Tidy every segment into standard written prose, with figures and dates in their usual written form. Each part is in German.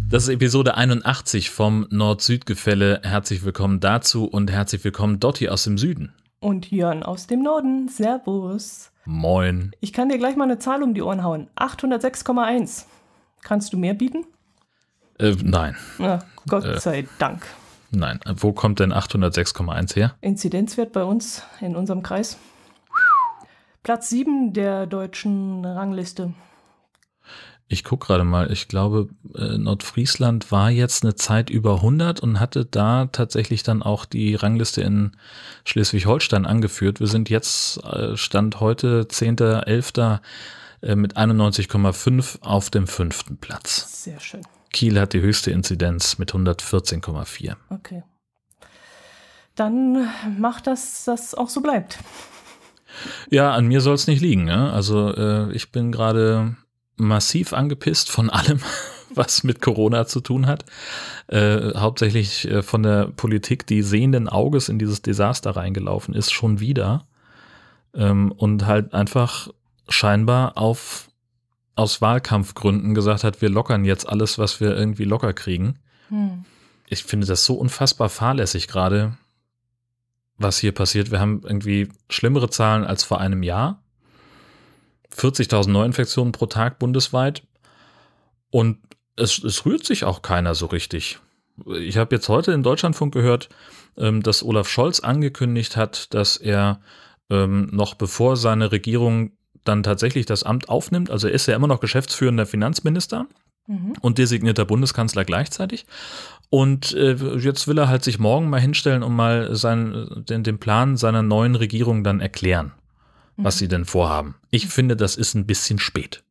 Das ist Episode 81 vom Nord-Süd-Gefälle. Herzlich willkommen dazu und herzlich willkommen Dotti aus dem Süden. Und Jörn aus dem Norden. Servus. Moin. Ich kann dir gleich mal eine Zahl um die Ohren hauen. 806,1. Kannst du mehr bieten? Nein. Na, Gott sei Dank. Nein. Wo kommt denn 806,1 her? Inzidenzwert bei uns in unserem Kreis. Platz 7 der deutschen Rangliste. Ich gucke gerade mal. Ich glaube, Nordfriesland war jetzt eine Zeit über 100 und hatte da tatsächlich dann auch die Rangliste in Schleswig-Holstein angeführt. Wir sind jetzt, Stand heute, 10.11. Mit 91,5 auf dem 5. Platz. Sehr schön. Kiel hat die höchste Inzidenz mit 114,4. Okay. Dann macht das auch so bleibt. Ja, an mir soll es nicht liegen. Ne? Also ich bin gerade massiv angepisst von allem, was mit Corona zu tun hat. Hauptsächlich von der Politik, die sehenden Auges in dieses Desaster reingelaufen ist, schon wieder. Und halt einfach scheinbar aus Wahlkampfgründen gesagt hat, wir lockern jetzt alles, was wir irgendwie locker kriegen. Ich finde das so unfassbar fahrlässig gerade, was hier passiert. Wir haben irgendwie schlimmere Zahlen als vor einem Jahr. 40.000 Neuinfektionen pro Tag bundesweit. Und es rührt sich auch keiner so richtig. Ich habe jetzt heute in Deutschlandfunk gehört, dass Olaf Scholz angekündigt hat, dass er noch bevor seine Regierung dann tatsächlich das Amt aufnimmt, also er ist ja immer noch geschäftsführender Finanzminister und designierter Bundeskanzler gleichzeitig. Und jetzt will er halt sich morgen mal hinstellen und mal den Plan seiner neuen Regierung dann erklären, was sie denn vorhaben. Ich finde, das ist ein bisschen spät.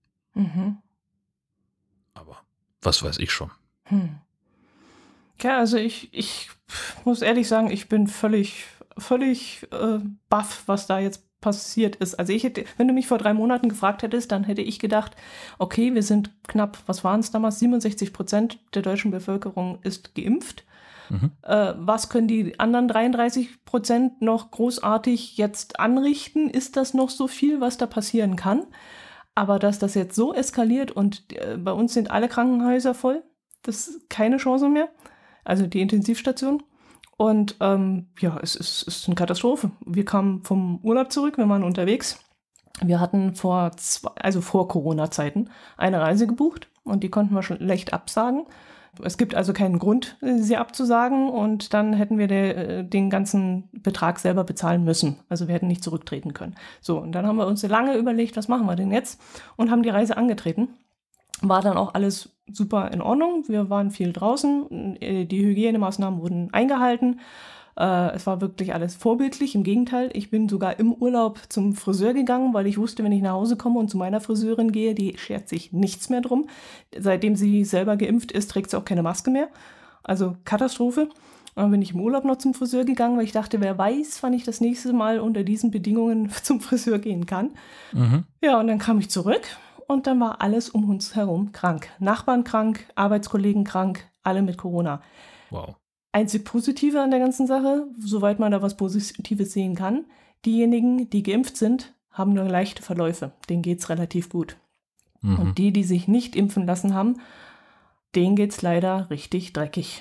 Aber was weiß ich schon. Ja, also ich muss ehrlich sagen, ich bin völlig baff, was da jetzt passiert ist. Also wenn du mich vor 3 Monaten gefragt hättest, dann hätte ich gedacht, okay, wir sind knapp, was waren es damals, 67% der deutschen Bevölkerung ist geimpft. Was können die anderen 33% noch großartig jetzt anrichten? Ist das noch so viel, was da passieren kann? Aber dass das jetzt so eskaliert und bei uns sind alle Krankenhäuser voll, das ist keine Chance mehr. Also die Intensivstation. Und es ist eine Katastrophe. Wir kamen vom Urlaub zurück, wir waren unterwegs. Wir hatten vor Corona-Zeiten eine Reise gebucht und die konnten wir schon schlecht absagen. Es gibt also keinen Grund, sie abzusagen und dann hätten wir den ganzen Betrag selber bezahlen müssen. Also wir hätten nicht zurücktreten können. So, und dann haben wir uns lange überlegt, was machen wir denn jetzt? Und haben die Reise angetreten. War dann auch alles super in Ordnung. Wir waren viel draußen. Die Hygienemaßnahmen wurden eingehalten. Es war wirklich alles vorbildlich. Im Gegenteil, ich bin sogar im Urlaub zum Friseur gegangen, weil ich wusste, wenn ich nach Hause komme und zu meiner Friseurin gehe, die schert sich nichts mehr drum. Seitdem sie selber geimpft ist, trägt sie auch keine Maske mehr. Also Katastrophe. Und dann bin ich im Urlaub noch zum Friseur gegangen, weil ich dachte, wer weiß, wann ich das nächste Mal unter diesen Bedingungen zum Friseur gehen kann. Ja, und dann kam ich zurück und dann war alles um uns herum krank. Nachbarn krank, Arbeitskollegen krank, alle mit Corona. Wow. Einzig Positive an der ganzen Sache, soweit man da was Positives sehen kann, diejenigen, die geimpft sind, haben nur leichte Verläufe. Denen geht's relativ gut. Und die sich nicht impfen lassen haben, denen geht's leider richtig dreckig.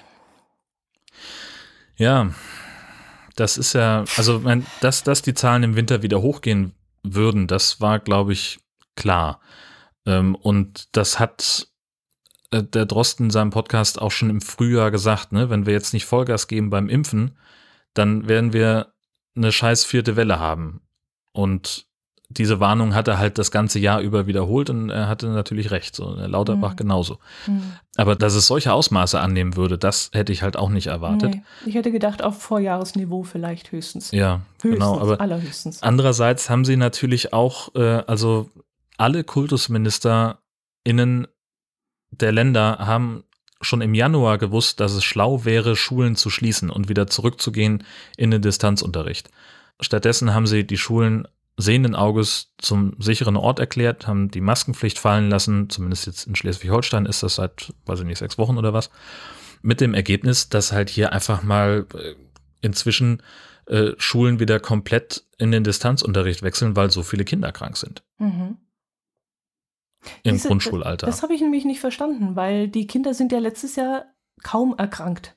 Ja, das ist ja, also dass die Zahlen im Winter wieder hochgehen würden, das war, glaube ich, klar. Und das hat der Drosten in seinem Podcast auch schon im Frühjahr gesagt, ne? Wenn wir jetzt nicht Vollgas geben beim Impfen, dann werden wir eine scheiß 4. Welle haben. Und diese Warnung hat er halt das ganze Jahr über wiederholt und er hatte natürlich recht, so Lauterbach genauso. Aber dass es solche Ausmaße annehmen würde, das hätte ich halt auch nicht erwartet. Nee, ich hätte gedacht, auf Vorjahresniveau vielleicht höchstens. Ja, höchstens, genau. Aber allerhöchstens. Andererseits haben sie natürlich auch, also alle KultusministerInnen der Länder haben schon im Januar gewusst, dass es schlau wäre, Schulen zu schließen und wieder zurückzugehen in den Distanzunterricht. Stattdessen haben sie die Schulen sehenden Auges zum sicheren Ort erklärt, haben die Maskenpflicht fallen lassen, zumindest jetzt in Schleswig-Holstein ist das seit, 6 Wochen oder was, mit dem Ergebnis, dass halt hier einfach mal inzwischen Schulen wieder komplett in den Distanzunterricht wechseln, weil so viele Kinder krank sind. im Grundschulalter. Das habe ich nämlich nicht verstanden, weil die Kinder sind ja letztes Jahr kaum erkrankt.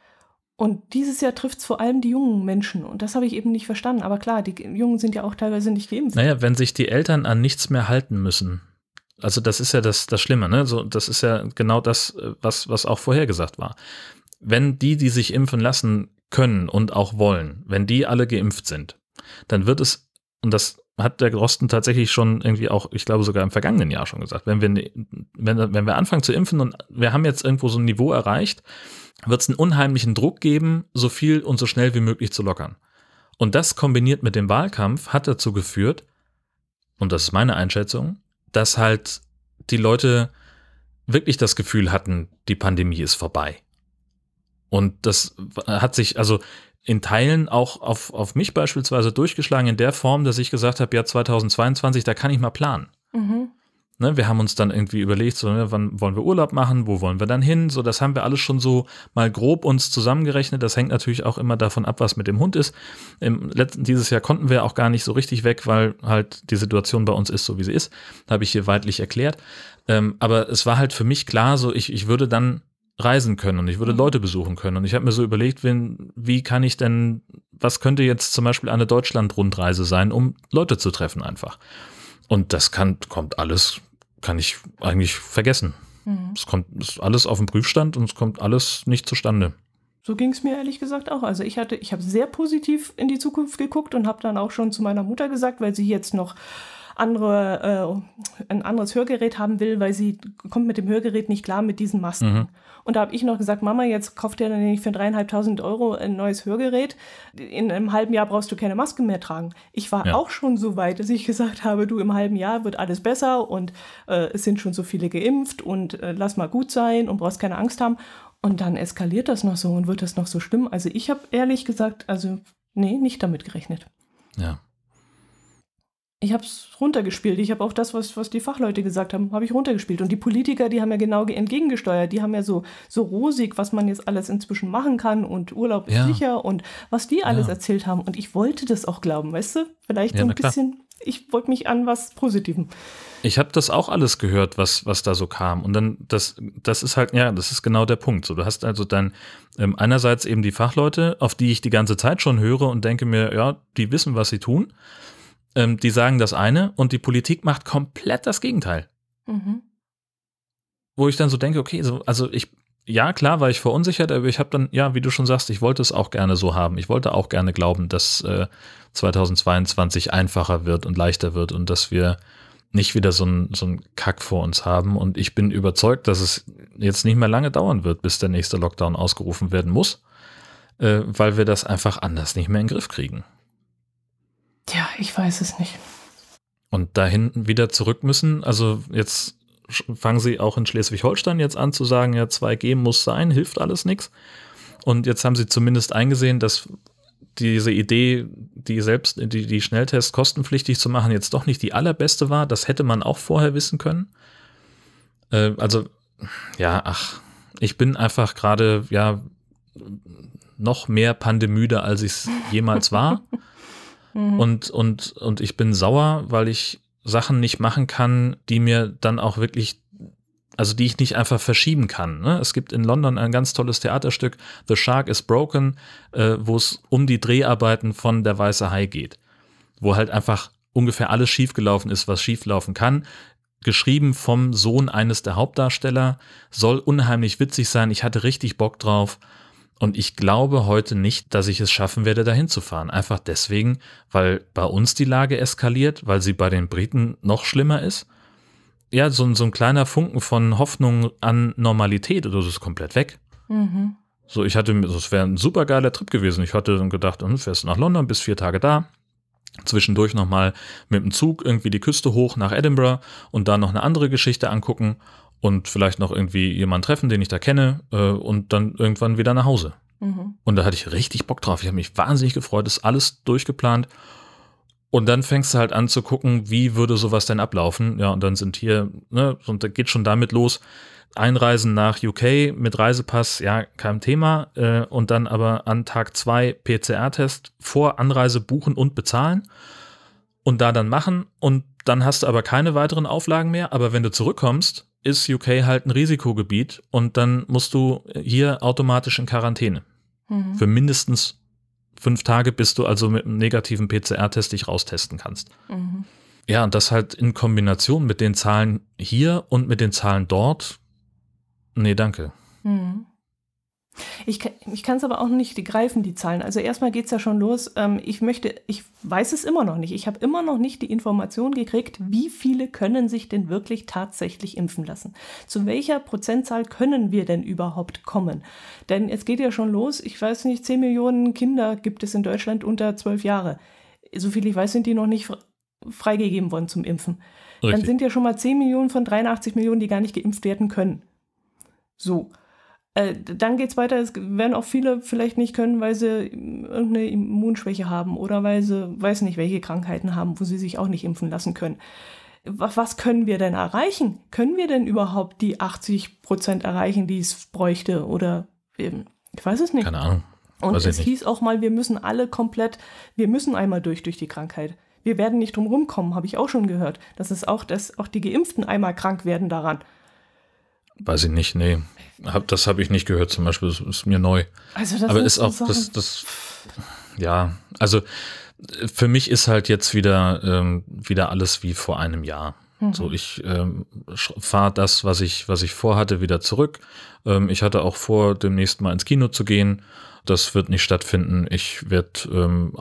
Und dieses Jahr trifft es vor allem die jungen Menschen. Und das habe ich eben nicht verstanden. Aber klar, die Jungen sind ja auch teilweise nicht geimpft. Naja, wenn sich die Eltern an nichts mehr halten müssen. Also das ist ja das Schlimme, ne? So, das ist ja genau das, was auch vorhergesagt war. Wenn die sich impfen lassen können und auch wollen, wenn die alle geimpft sind, dann wird es, und das hat der Drosten tatsächlich schon irgendwie auch, ich glaube sogar im vergangenen Jahr schon gesagt, wenn wir anfangen zu impfen und wir haben jetzt irgendwo so ein Niveau erreicht, wird es einen unheimlichen Druck geben, so viel und so schnell wie möglich zu lockern. Und das kombiniert mit dem Wahlkampf hat dazu geführt, und das ist meine Einschätzung, dass halt die Leute wirklich das Gefühl hatten, die Pandemie ist vorbei. Und das hat sich also in Teilen auch auf mich beispielsweise durchgeschlagen in der Form, dass ich gesagt habe, ja 2022, da kann ich mal planen. Mhm. Ne, wir haben uns dann irgendwie überlegt, so, ne, wann wollen wir Urlaub machen, wo wollen wir dann hin, so, das haben wir alles schon so mal grob uns zusammengerechnet, das hängt natürlich auch immer davon ab, was mit dem Hund ist. Dieses Jahr konnten wir auch gar nicht so richtig weg, weil halt die Situation bei uns ist, so wie sie ist, habe ich hier weitlich erklärt, aber es war halt für mich klar, so, ich würde dann reisen können und ich würde Leute besuchen können und ich habe mir so überlegt, wie kann ich denn, was könnte jetzt zum Beispiel eine Deutschland-Rundreise sein, um Leute zu treffen einfach. Und das kommt alles, kann ich eigentlich vergessen. Es ist alles auf dem Prüfstand und es kommt alles nicht zustande. So ging es mir ehrlich gesagt auch. Also ich habe sehr positiv in die Zukunft geguckt und habe dann auch schon zu meiner Mutter gesagt, weil sie jetzt noch ein anderes Hörgerät haben will, weil sie kommt mit dem Hörgerät nicht klar mit diesen Masken. Mhm. Und da habe ich noch gesagt, Mama, jetzt kauft ihr dann nicht für 3.500 € ein neues Hörgerät. In einem halben Jahr brauchst du keine Maske mehr tragen. Ich war auch schon so weit, dass ich gesagt habe, du, im halben Jahr wird alles besser und es sind schon so viele geimpft und lass mal gut sein und brauchst keine Angst haben. Und dann eskaliert das noch so und wird das noch so schlimm. Also ich habe ehrlich gesagt, nicht damit gerechnet. Ja. Ich habe es runtergespielt. Ich habe auch das, was die Fachleute gesagt haben, habe ich runtergespielt. Und die Politiker, die haben ja genau entgegengesteuert. Die haben ja so rosig, was man jetzt alles inzwischen machen kann und Urlaub ist sicher und was die alles erzählt haben. Und ich wollte das auch glauben, weißt du? Vielleicht so ein bisschen, ich wollte mich an was Positivem. Ich habe das auch alles gehört, was da so kam. Und dann, das ist halt, das ist genau der Punkt. So, du hast also dann einerseits eben die Fachleute, auf die ich die ganze Zeit schon höre und denke mir, ja, die wissen, was sie tun. Die sagen das eine und die Politik macht komplett das Gegenteil. Mhm. Wo ich dann so denke, okay, klar war ich verunsichert, aber ich habe dann, wie du schon sagst, ich wollte es auch gerne so haben. Ich wollte auch gerne glauben, dass 2022 einfacher wird und leichter wird und dass wir nicht wieder so ein Kack vor uns haben. Und ich bin überzeugt, dass es jetzt nicht mehr lange dauern wird, bis der nächste Lockdown ausgerufen werden muss, weil wir das einfach anders nicht mehr in den Griff kriegen. Ja, ich weiß es nicht. Und dahin wieder zurück müssen, also jetzt fangen sie auch in Schleswig-Holstein jetzt an zu sagen, ja 2G muss sein, hilft alles nichts. Und jetzt haben sie zumindest eingesehen, dass diese Idee, die Schnelltests kostenpflichtig zu machen, jetzt doch nicht die allerbeste war. Das hätte man auch vorher wissen können. Ich bin einfach gerade, noch mehr pandemüde, als ich es jemals war. Und ich bin sauer, weil ich Sachen nicht machen kann, die mir dann auch wirklich, also die ich nicht einfach verschieben kann. Ne? Es gibt in London ein ganz tolles Theaterstück, The Shark is Broken, wo es um die Dreharbeiten von Der Weiße Hai geht. Wo halt einfach ungefähr alles schiefgelaufen ist, was schieflaufen kann. Geschrieben vom Sohn eines der Hauptdarsteller, soll unheimlich witzig sein. Ich hatte richtig Bock drauf. Und ich glaube heute nicht, dass ich es schaffen werde, dahin zu fahren. Einfach deswegen, weil bei uns die Lage eskaliert, weil sie bei den Briten noch schlimmer ist. Ja, so ein kleiner Funken von Hoffnung an Normalität oder so ist komplett weg. Mhm. So, es wäre ein super geiler Trip gewesen. Ich hatte dann gedacht, fährst du nach London, bist 4 Tage da. Zwischendurch nochmal mit dem Zug irgendwie die Küste hoch nach Edinburgh und da noch eine andere Geschichte angucken. Und vielleicht noch irgendwie jemanden treffen, den ich da kenne und dann irgendwann wieder nach Hause. Mhm. Und da hatte ich richtig Bock drauf. Ich habe mich wahnsinnig gefreut, das ist alles durchgeplant. Und dann fängst du halt an zu gucken, wie würde sowas denn ablaufen. Ja, und dann sind hier, und da geht schon damit los, Einreisen nach UK mit Reisepass, kein Thema. Und dann aber an Tag 2 PCR-Test vor Anreise buchen und bezahlen. Und da dann machen und dann hast du aber keine weiteren Auflagen mehr. Aber wenn du zurückkommst, ist UK halt ein Risikogebiet und dann musst du hier automatisch in Quarantäne. Für mindestens 5 Tage, bis du also mit einem negativen PCR-Test dich raustesten kannst. Ja, und das halt in Kombination mit den Zahlen hier und mit den Zahlen dort. Nee, danke. Ich kann es aber auch nicht greifen, die Zahlen. Also erstmal geht es ja schon los. Ich weiß es immer noch nicht. Ich habe immer noch nicht die Information gekriegt, wie viele können sich denn wirklich tatsächlich impfen lassen. Zu welcher Prozentzahl können wir denn überhaupt kommen? Denn es geht ja schon los. Ich weiß nicht, 10 Millionen Kinder gibt es in Deutschland unter 12 Jahre. So viel ich weiß, sind die noch nicht freigegeben worden zum Impfen. Richtig. Dann sind ja schon mal 10 Millionen von 83 Millionen, die gar nicht geimpft werden können. So. Dann geht es weiter, es werden auch viele vielleicht nicht können, weil sie irgendeine Immunschwäche haben oder weil sie, weiß nicht, welche Krankheiten haben, wo sie sich auch nicht impfen lassen können. Was können wir denn erreichen? Können wir denn überhaupt die 80% erreichen, die es bräuchte? Oder ich weiß es nicht. Keine Ahnung. Und es hieß auch mal, wir müssen einmal durch die Krankheit. Wir werden nicht drum rumkommen, habe ich auch schon gehört. Dass auch die Geimpften einmal krank werden daran. Weiß ich nicht, nee. Das habe ich nicht gehört zum Beispiel, das ist mir neu. Also das aber ist auch, ja, also für mich ist halt jetzt wieder alles wie vor einem Jahr. So, ich fahre das, was ich vorhatte, wieder zurück. Ich hatte auch vor, demnächst mal ins Kino zu gehen. Das wird nicht stattfinden. Ich werde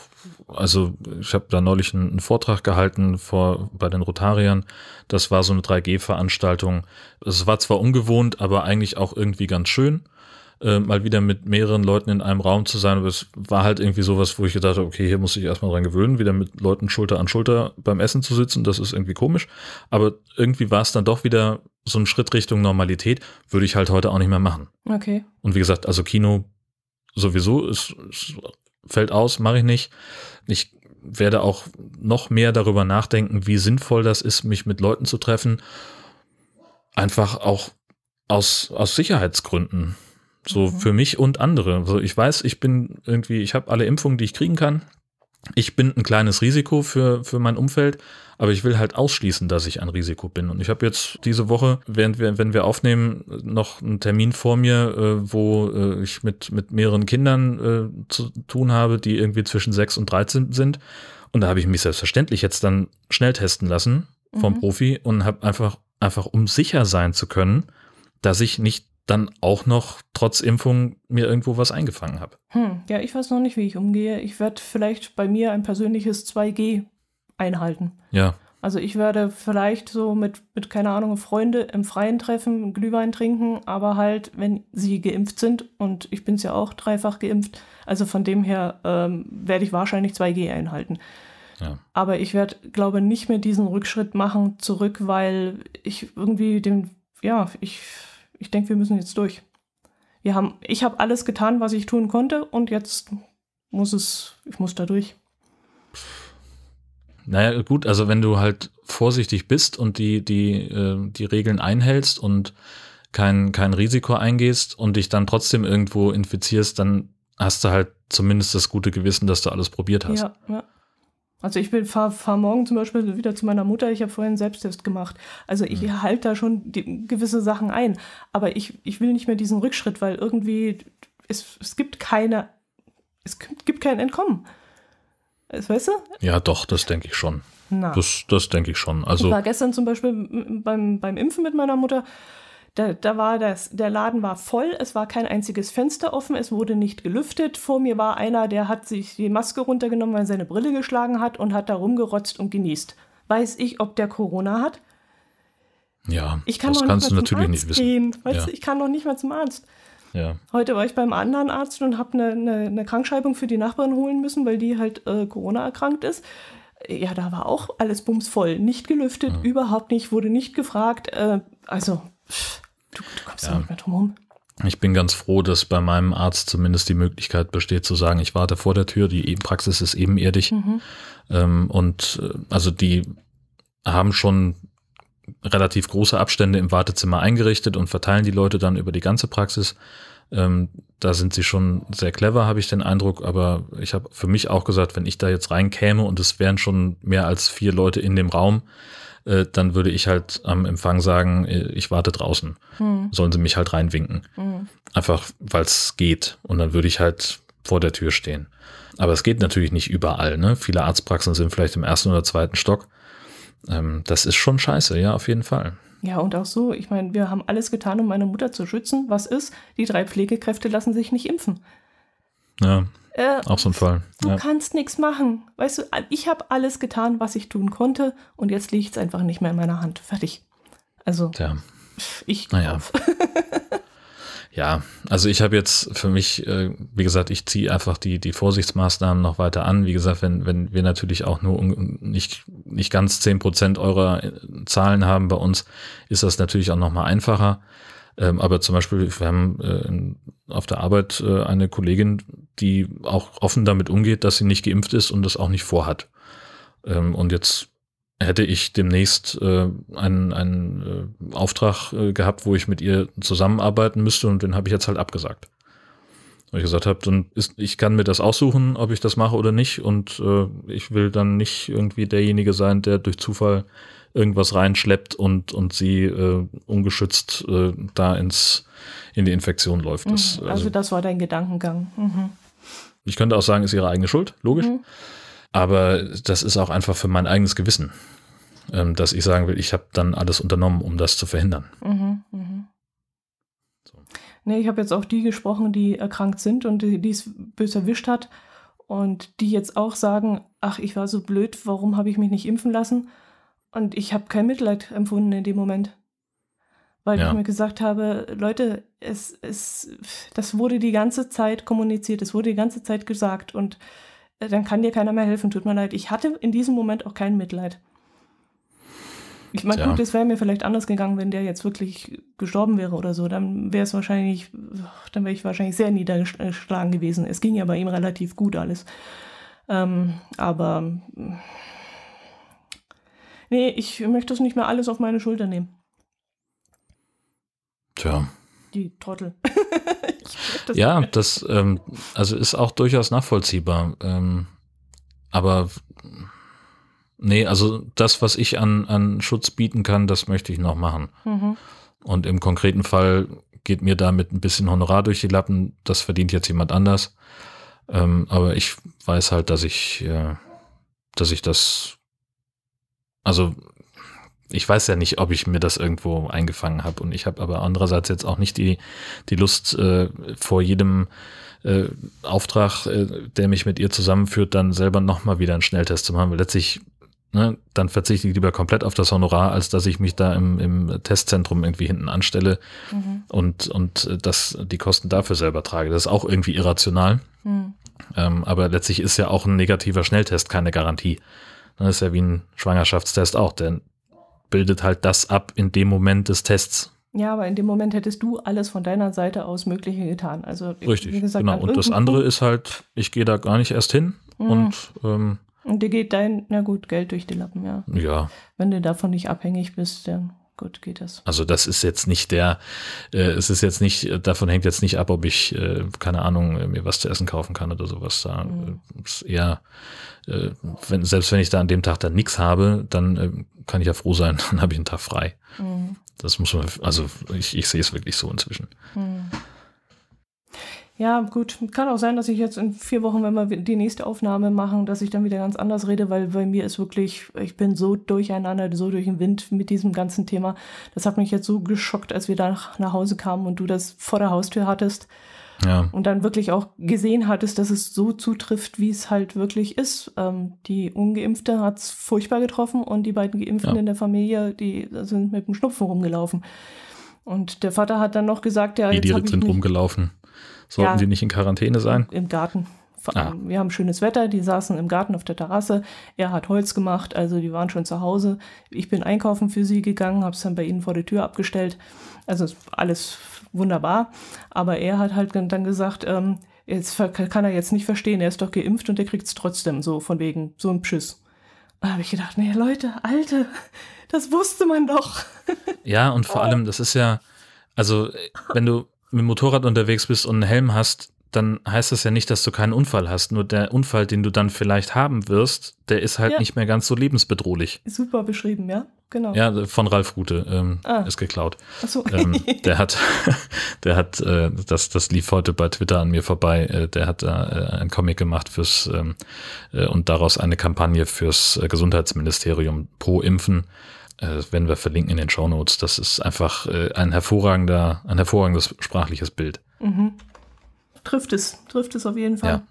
ich habe da neulich einen Vortrag gehalten bei den Rotariern. Das war so eine 3G-Veranstaltung. Es war zwar ungewohnt, aber eigentlich auch irgendwie ganz schön, mal wieder mit mehreren Leuten in einem Raum zu sein. Aber es war halt irgendwie sowas, wo ich gedacht habe, okay, hier muss ich erstmal dran gewöhnen, wieder mit Leuten Schulter an Schulter beim Essen zu sitzen. Das ist irgendwie komisch. Aber irgendwie war es dann doch wieder so ein Schritt Richtung Normalität. Würde ich halt heute auch nicht mehr machen. Okay. Und wie gesagt, also Kino sowieso ist fällt aus, mache ich nicht. Ich werde auch noch mehr darüber nachdenken, wie sinnvoll das ist, mich mit Leuten zu treffen. Einfach auch aus Sicherheitsgründen. So für mich und andere. Also ich weiß, ich habe alle Impfungen, die ich kriegen kann. Ich bin ein kleines Risiko für mein Umfeld, aber ich will halt ausschließen, dass ich ein Risiko bin. Und ich habe jetzt diese Woche, wenn wir aufnehmen, noch einen Termin vor mir, wo ich mit mehreren Kindern zu tun habe, die irgendwie zwischen 6 und 13 sind. Und da habe ich mich selbstverständlich jetzt dann schnell testen lassen vom Profi und habe einfach um sicher sein zu können, dass ich nicht dann auch noch trotz Impfung mir irgendwo was eingefangen habe. Ja, ich weiß noch nicht, wie ich umgehe. Ich werde vielleicht bei mir ein persönliches 2G einhalten. Ja. Also ich werde vielleicht so mit keine Ahnung, Freunde im Freien treffen, Glühwein trinken, aber halt, wenn sie geimpft sind und ich bin es ja auch 3-fach geimpft, also von dem her werde ich wahrscheinlich 2G einhalten. Ja. Aber ich werde, glaube nicht mehr diesen Rückschritt machen zurück, weil ich irgendwie ich denke, wir müssen jetzt durch. Ich habe alles getan, was ich tun konnte und jetzt ich muss da durch. Naja, gut, also wenn du halt vorsichtig bist und die Regeln einhältst und kein Risiko eingehst und dich dann trotzdem irgendwo infizierst, dann hast du halt zumindest das gute Gewissen, dass du alles probiert hast. Ja. Also ich fahr morgen zum Beispiel wieder zu meiner Mutter, ich habe vorhin einen Selbsttest gemacht. Also ich halte da schon gewisse Sachen ein, aber ich will nicht mehr diesen Rückschritt, weil irgendwie es gibt kein Entkommen. Weißt du? Ja, doch, das denke ich schon. Das denke ich schon. Also ich war gestern zum Beispiel beim Impfen mit meiner Mutter. Da war der Laden war voll, es war kein einziges Fenster offen, es wurde nicht gelüftet. Vor mir war einer, der hat sich die Maske runtergenommen, weil er seine Brille geschlagen hat und hat da rumgerotzt und genießt. Weiß ich, ob der Corona hat? Ja, das kannst du natürlich nicht wissen. Weißt du, ich kann noch nicht mal zum Arzt. Ja. Heute war ich beim anderen Arzt und habe eine Krankschreibung für die Nachbarin holen müssen, weil die halt Corona erkrankt ist. Ja, da war auch alles bumsvoll. Nicht gelüftet, überhaupt nicht, wurde nicht gefragt. Du kommst da nicht mehr drum rum. Ich bin ganz froh, dass bei meinem Arzt zumindest die Möglichkeit besteht zu sagen, ich warte vor der Tür, die Praxis ist ebenerdig. Also die haben schon relativ große Abstände im Wartezimmer eingerichtet und verteilen die Leute dann über die ganze Praxis. Da sind sie schon sehr clever, habe ich den Eindruck, aber ich habe für mich auch gesagt, wenn ich da jetzt reinkäme und es wären schon mehr als 4 Leute in dem Raum, dann würde ich halt am Empfang sagen, ich warte draußen. Sollen sie mich halt reinwinken. Einfach, weil es geht. Und dann würde ich halt vor der Tür stehen. Aber es geht natürlich nicht überall. Ne? Viele Arztpraxen sind vielleicht im 1. oder 2. Stock. Das ist schon scheiße, ja, auf jeden Fall. Ja, und auch so, ich meine, wir haben alles getan, um meine Mutter zu schützen. Was ist? Die 3 Pflegekräfte lassen sich nicht impfen. Ja, auch so ein Fall. Du kannst nichts machen. Weißt du, ich habe alles getan, was ich tun konnte und jetzt liegt es einfach nicht mehr in meiner Hand. Fertig. Also, naja. Ja, also ich habe jetzt für mich, wie gesagt, ich ziehe einfach die Vorsichtsmaßnahmen noch weiter an. Wie gesagt, wenn wir natürlich auch nur nicht ganz 10% eurer Zahlen haben bei uns, ist das natürlich auch nochmal einfacher. Aber zum Beispiel, wir haben auf der Arbeit eine Kollegin, die auch offen damit umgeht, dass sie nicht geimpft ist und das auch nicht vorhat. Und jetzt hätte ich demnächst einen Auftrag gehabt, wo ich mit ihr zusammenarbeiten müsste und den habe ich jetzt halt abgesagt. Weil ich gesagt habe, ich kann mir das aussuchen, ob ich das mache oder nicht und ich will dann nicht irgendwie derjenige sein, der durch Zufall irgendwas reinschleppt und sie ungeschützt da in die Infektion läuft. Das war dein Gedankengang. Ich könnte auch sagen, ist ihre eigene Schuld, logisch. Aber das ist auch einfach für mein eigenes Gewissen, dass ich sagen will, ich habe dann alles unternommen, um das zu verhindern. So. Nee, ich habe jetzt auch die gesprochen, die erkrankt sind und die es böse erwischt hat und die jetzt auch sagen, ach, ich war so blöd, warum habe ich mich nicht impfen lassen? Und ich habe kein Mitleid empfunden in dem Moment. Weil ich mir gesagt habe, Leute, das wurde die ganze Zeit kommuniziert, es wurde die ganze Zeit gesagt und dann kann dir keiner mehr helfen, tut mir leid. Ich hatte in diesem Moment auch kein Mitleid. Ich meine, gut, es wäre mir vielleicht anders gegangen, wenn der jetzt wirklich gestorben wäre oder so. Dann wäre ich wahrscheinlich sehr niedergeschlagen gewesen. Es ging ja bei ihm relativ gut alles. Aber nee, ich möchte das nicht mehr alles auf meine Schulter nehmen. Tja. Die Trottel. Das also ist auch durchaus nachvollziehbar. Aber nee, also das, was ich an Schutz bieten kann, das möchte ich noch machen. Und im konkreten Fall geht mir damit ein bisschen Honorar durch die Lappen. Das verdient jetzt jemand anders. Aber ich weiß halt, dass ich das, also ich weiß ja nicht, ob ich mir das irgendwo eingefangen habe und ich habe aber andererseits jetzt auch nicht die Lust, vor jedem Auftrag, der mich mit ihr zusammenführt, dann selber nochmal wieder einen Schnelltest zu machen, weil letztlich, dann verzichte ich lieber komplett auf das Honorar, als dass ich mich da im Testzentrum irgendwie hinten anstelle und die Kosten dafür selber trage. Das ist auch irgendwie irrational. Aber letztlich ist ja auch ein negativer Schnelltest keine Garantie. Das ist ja wie ein Schwangerschaftstest auch, der bildet halt das ab in dem Moment des Tests. Ja, aber in dem Moment hättest du alles von deiner Seite aus Mögliche getan. Also, richtig, wie gesagt, genau. Und das andere ist halt, ich gehe da gar nicht erst hin und dir geht Geld durch die Lappen, ja. Ja. Wenn du davon nicht abhängig bist, dann gut geht das. Also das ist jetzt nicht davon hängt jetzt nicht ab, ob ich, keine Ahnung, mir was zu essen kaufen kann oder sowas. Da ist eher, selbst wenn ich da an dem Tag dann nichts habe, dann kann ich ja froh sein, dann habe ich einen Tag frei. Das muss man, also ich sehe es wirklich so inzwischen. Ja, gut. Kann auch sein, dass ich jetzt in 4 Wochen, wenn wir die nächste Aufnahme machen, dass ich dann wieder ganz anders rede, weil bei mir ist wirklich, ich bin so durcheinander, so durch den Wind mit diesem ganzen Thema. Das hat mich jetzt so geschockt, als wir da nach Hause kamen und du das vor der Haustür hattest. Ja. Und dann wirklich auch gesehen hattest, dass es so zutrifft, wie es halt wirklich ist. Die Ungeimpfte hat es furchtbar getroffen und die beiden Geimpften in der Familie, die sind mit dem Schnupfen rumgelaufen. Und der Vater hat dann noch gesagt, ja, jetzt die sind rumgelaufen. Sollten die nicht in Quarantäne sein? Im Garten. Wir haben schönes Wetter, die saßen im Garten auf der Terrasse. Er hat Holz gemacht, also die waren schon zu Hause. Ich bin einkaufen für sie gegangen, habe es dann bei ihnen vor der Tür abgestellt. Also alles wunderbar. Aber er hat halt dann gesagt, jetzt kann er jetzt nicht verstehen, er ist doch geimpft und er kriegt es trotzdem, so von wegen, so ein Pschiss. Da habe ich gedacht, nee, Leute, Alte, das wusste man doch. Ja, und vor allem, das ist ja, also wenn du mit dem Motorrad unterwegs bist und einen Helm hast, dann heißt das ja nicht, dass du keinen Unfall hast. Nur der Unfall, den du dann vielleicht haben wirst, der ist halt nicht mehr ganz so lebensbedrohlich. Super beschrieben, ja, genau. Ja, von Ralf Rute ist geklaut. Ach so. Der hat das lief heute bei Twitter an mir vorbei, der hat da einen Comic gemacht und daraus eine Kampagne fürs Gesundheitsministerium pro Impfen. Werden wir verlinken in den Shownotes. Das ist einfach ein hervorragendes sprachliches Bild. Mhm. Trifft es auf jeden Fall.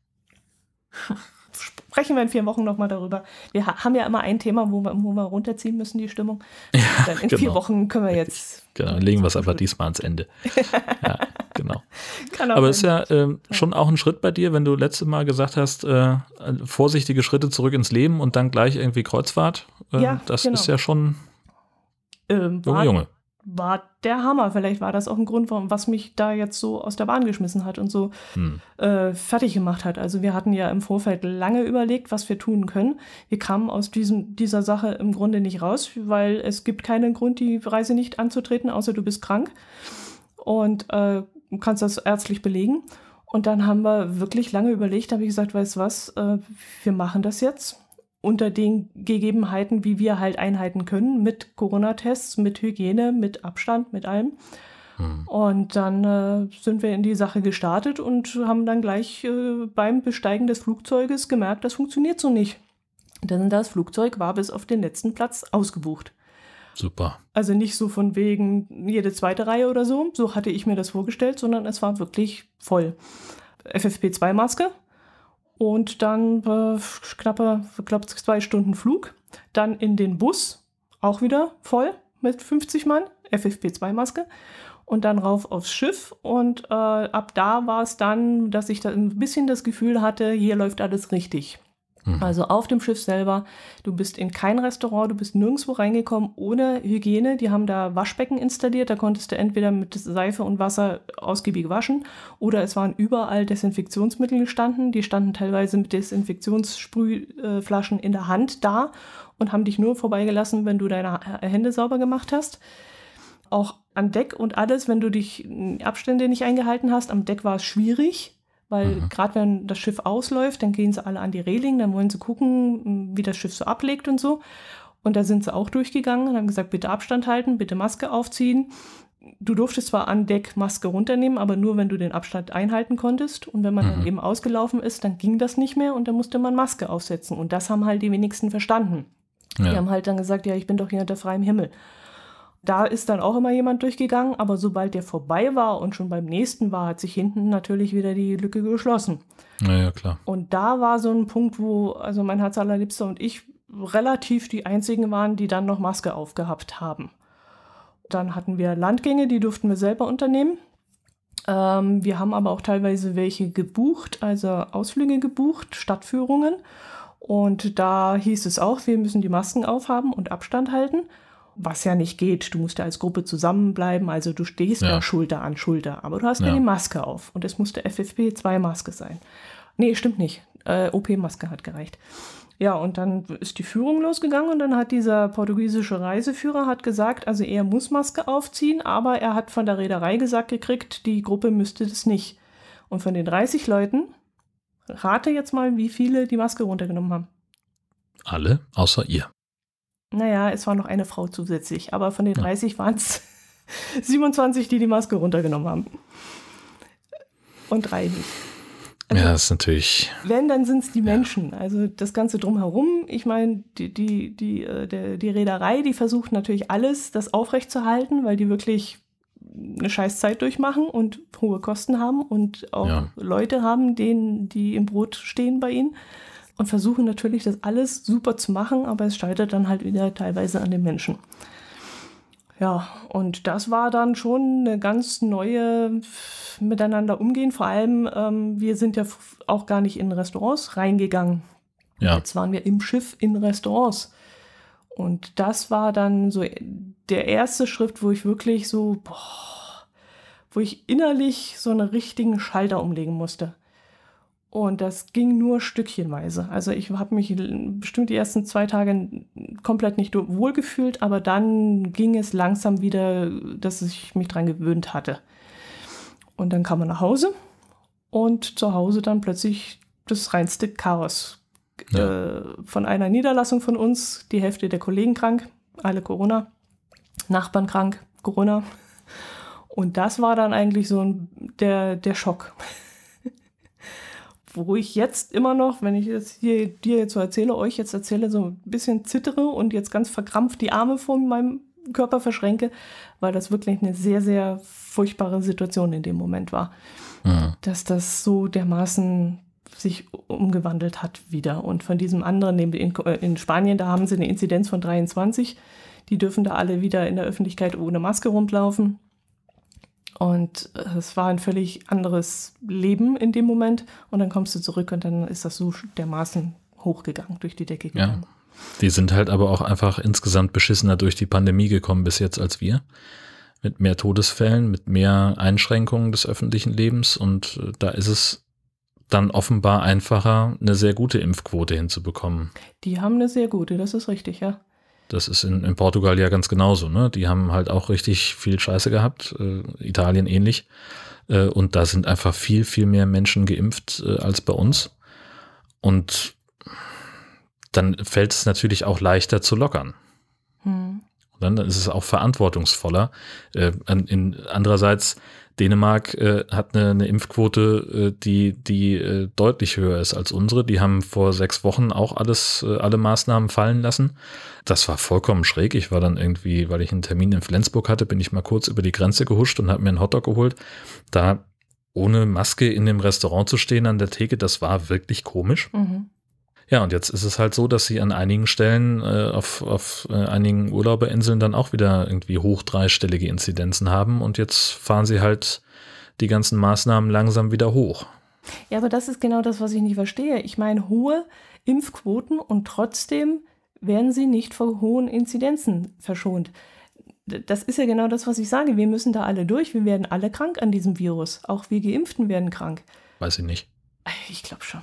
Ja. Sprechen wir in 4 Wochen nochmal darüber. Wir haben ja immer ein Thema, wo wir runterziehen müssen, die Stimmung. Ja, dann in 4 Wochen können wir jetzt. Genau, legen wir es aber diesmal ans Ende. Ja, genau. Aber es ist ja schon auch ein Schritt bei dir, wenn du letztes Mal gesagt hast, vorsichtige Schritte zurück ins Leben und dann gleich irgendwie Kreuzfahrt. Das ist ja schon Junge. War der Hammer. Vielleicht war das auch ein Grund, was mich da jetzt so aus der Bahn geschmissen hat und so fertig gemacht hat. Also wir hatten ja im Vorfeld lange überlegt, was wir tun können. Wir kamen aus dieser Sache im Grunde nicht raus, weil es gibt keinen Grund, die Reise nicht anzutreten, außer du bist krank und kannst das ärztlich belegen. Und dann haben wir wirklich lange überlegt, habe ich gesagt, weißt du was, wir machen das jetzt. Unter den Gegebenheiten, wie wir halt einhalten können, mit Corona-Tests, mit Hygiene, mit Abstand, mit allem. Und dann sind wir in die Sache gestartet und haben dann gleich beim Besteigen des Flugzeuges gemerkt, das funktioniert so nicht. Denn das Flugzeug war bis auf den letzten Platz ausgebucht. Super. Also nicht so von wegen jede zweite Reihe oder so, so hatte ich mir das vorgestellt, sondern es war wirklich voll. FFP2-Maske. Und dann knappe, ich glaube, 2 Stunden Flug. Dann in den Bus, auch wieder voll mit 50 Mann, FFP2-Maske. Und dann rauf aufs Schiff. Und ab da war es dann, dass ich da ein bisschen das Gefühl hatte, hier läuft alles richtig. Also auf dem Schiff selber, du bist in kein Restaurant, du bist nirgendwo reingekommen ohne Hygiene. Die haben da Waschbecken installiert, da konntest du entweder mit Seife und Wasser ausgiebig waschen oder es waren überall Desinfektionsmittel gestanden. Die standen teilweise mit Desinfektionssprühflaschen in der Hand da und haben dich nur vorbeigelassen, wenn du deine Hände sauber gemacht hast. Auch an Deck und alles, wenn du dich Abstände nicht eingehalten hast, am Deck war es schwierig. Weil gerade wenn das Schiff ausläuft, dann gehen sie alle an die Reling, dann wollen sie gucken, wie das Schiff so ablegt und so. Und da sind sie auch durchgegangen und haben gesagt, bitte Abstand halten, bitte Maske aufziehen. Du durftest zwar an Deck Maske runternehmen, aber nur, wenn du den Abstand einhalten konntest. Und wenn man dann eben ausgelaufen ist, dann ging das nicht mehr und dann musste man Maske aufsetzen. Und das haben halt die wenigsten verstanden. Ja. Die haben halt dann gesagt, ja, ich bin doch hier unter freiem Himmel. Da ist dann auch immer jemand durchgegangen, aber sobald der vorbei war und schon beim nächsten war, hat sich hinten natürlich wieder die Lücke geschlossen. Ja, klar. Und da war so ein Punkt, wo also mein Herz allerliebster und ich relativ die einzigen waren, die dann noch Maske aufgehabt haben. Dann hatten wir Landgänge, die durften wir selber unternehmen. Wir haben aber auch teilweise welche gebucht, also Ausflüge gebucht, Stadtführungen. Und da hieß es auch, wir müssen die Masken aufhaben und Abstand halten. Was ja nicht geht, du musst ja als Gruppe zusammenbleiben, also du stehst ja Schulter an Schulter, aber du hast ja die Maske auf und es musste FFP2-Maske sein. Nee, stimmt nicht, OP-Maske hat gereicht. Ja, und dann ist die Führung losgegangen und dann hat dieser portugiesische Reiseführer hat gesagt, also er muss Maske aufziehen, aber er hat von der Reederei gesagt gekriegt, die Gruppe müsste das nicht. Und von den 30 Leuten, rate jetzt mal, wie viele die Maske runtergenommen haben. Alle, außer ihr. Naja, es war noch eine Frau zusätzlich, aber von den 30 waren es 27, die Maske runtergenommen haben. Und 3 nicht. Also, ja, das ist natürlich... Wenn, dann sind es die Menschen. Also das Ganze drumherum, ich meine, die Reederei, die versucht natürlich alles, das aufrechtzuerhalten, weil die wirklich eine scheiß Zeit durchmachen und hohe Kosten haben und auch Leute haben, die im Brot stehen bei ihnen. Und versuchen natürlich, das alles super zu machen, aber es scheitert dann halt wieder teilweise an den Menschen. Ja, und das war dann schon eine ganz neue Miteinander umgehen. Vor allem, wir sind ja auch gar nicht in Restaurants reingegangen. Ja. Jetzt waren wir im Schiff in Restaurants. Und das war dann so der erste Schritt, wo ich wirklich so, wo ich innerlich so einen richtigen Schalter umlegen musste. Und das ging nur stückchenweise. Also ich habe mich bestimmt die ersten 2 Tage komplett nicht wohlgefühlt, aber dann ging es langsam wieder, dass ich mich dran gewöhnt hatte. Und dann kam er nach Hause und zu Hause dann plötzlich das reinste Chaos. Ja. Von einer Niederlassung von uns, die Hälfte der Kollegen krank, alle Corona, Nachbarn krank, Corona. Und das war dann eigentlich so der Schock. Wo ich jetzt immer noch, wenn ich jetzt hier dir jetzt so erzähle, euch jetzt erzähle, so ein bisschen zittere und jetzt ganz verkrampft die Arme vor meinem Körper verschränke, weil das wirklich eine sehr, sehr furchtbare Situation in dem Moment war. Mhm. Dass das so dermaßen sich umgewandelt hat wieder. Und von diesem anderen, in Spanien, da haben sie eine Inzidenz von 23. Die dürfen da alle wieder in der Öffentlichkeit ohne Maske rumlaufen. Und es war ein völlig anderes Leben in dem Moment. Und dann kommst du zurück und dann ist das so dermaßen hochgegangen, durch die Decke gegangen. Ja. Die sind halt aber auch einfach insgesamt beschissener durch die Pandemie gekommen bis jetzt als wir. Mit mehr Todesfällen, mit mehr Einschränkungen des öffentlichen Lebens. Und da ist es dann offenbar einfacher, eine sehr gute Impfquote hinzubekommen. Die haben eine sehr gute, das ist richtig, ja. Das ist in Portugal ja ganz genauso, ne? Die haben halt auch richtig viel Scheiße gehabt, Italien ähnlich. Und da sind einfach viel, viel mehr Menschen geimpft als bei uns. Und dann fällt es natürlich auch leichter zu lockern. Und dann ist es auch verantwortungsvoller. Andererseits, Dänemark hat eine Impfquote, die deutlich höher ist als unsere. Die haben vor 6 Wochen auch alle Maßnahmen fallen lassen. Das war vollkommen schräg. Ich war dann irgendwie, weil ich einen Termin in Flensburg hatte, bin ich mal kurz über die Grenze gehuscht und habe mir einen Hotdog geholt. Da ohne Maske in dem Restaurant zu stehen an der Theke, das war wirklich komisch. Mhm. Ja, und jetzt ist es halt so, dass sie an einigen Stellen auf einigen Urlauberinseln dann auch wieder irgendwie hoch 3-stellige Inzidenzen haben und jetzt fahren sie halt die ganzen Maßnahmen langsam wieder hoch. Ja, aber das ist genau das, was ich nicht verstehe. Ich meine, hohe Impfquoten und trotzdem werden sie nicht vor hohen Inzidenzen verschont. Das ist ja genau das, was ich sage. Wir müssen da alle durch. Wir werden alle krank an diesem Virus. Auch wir Geimpften werden krank. Weiß ich nicht. Ich glaube schon.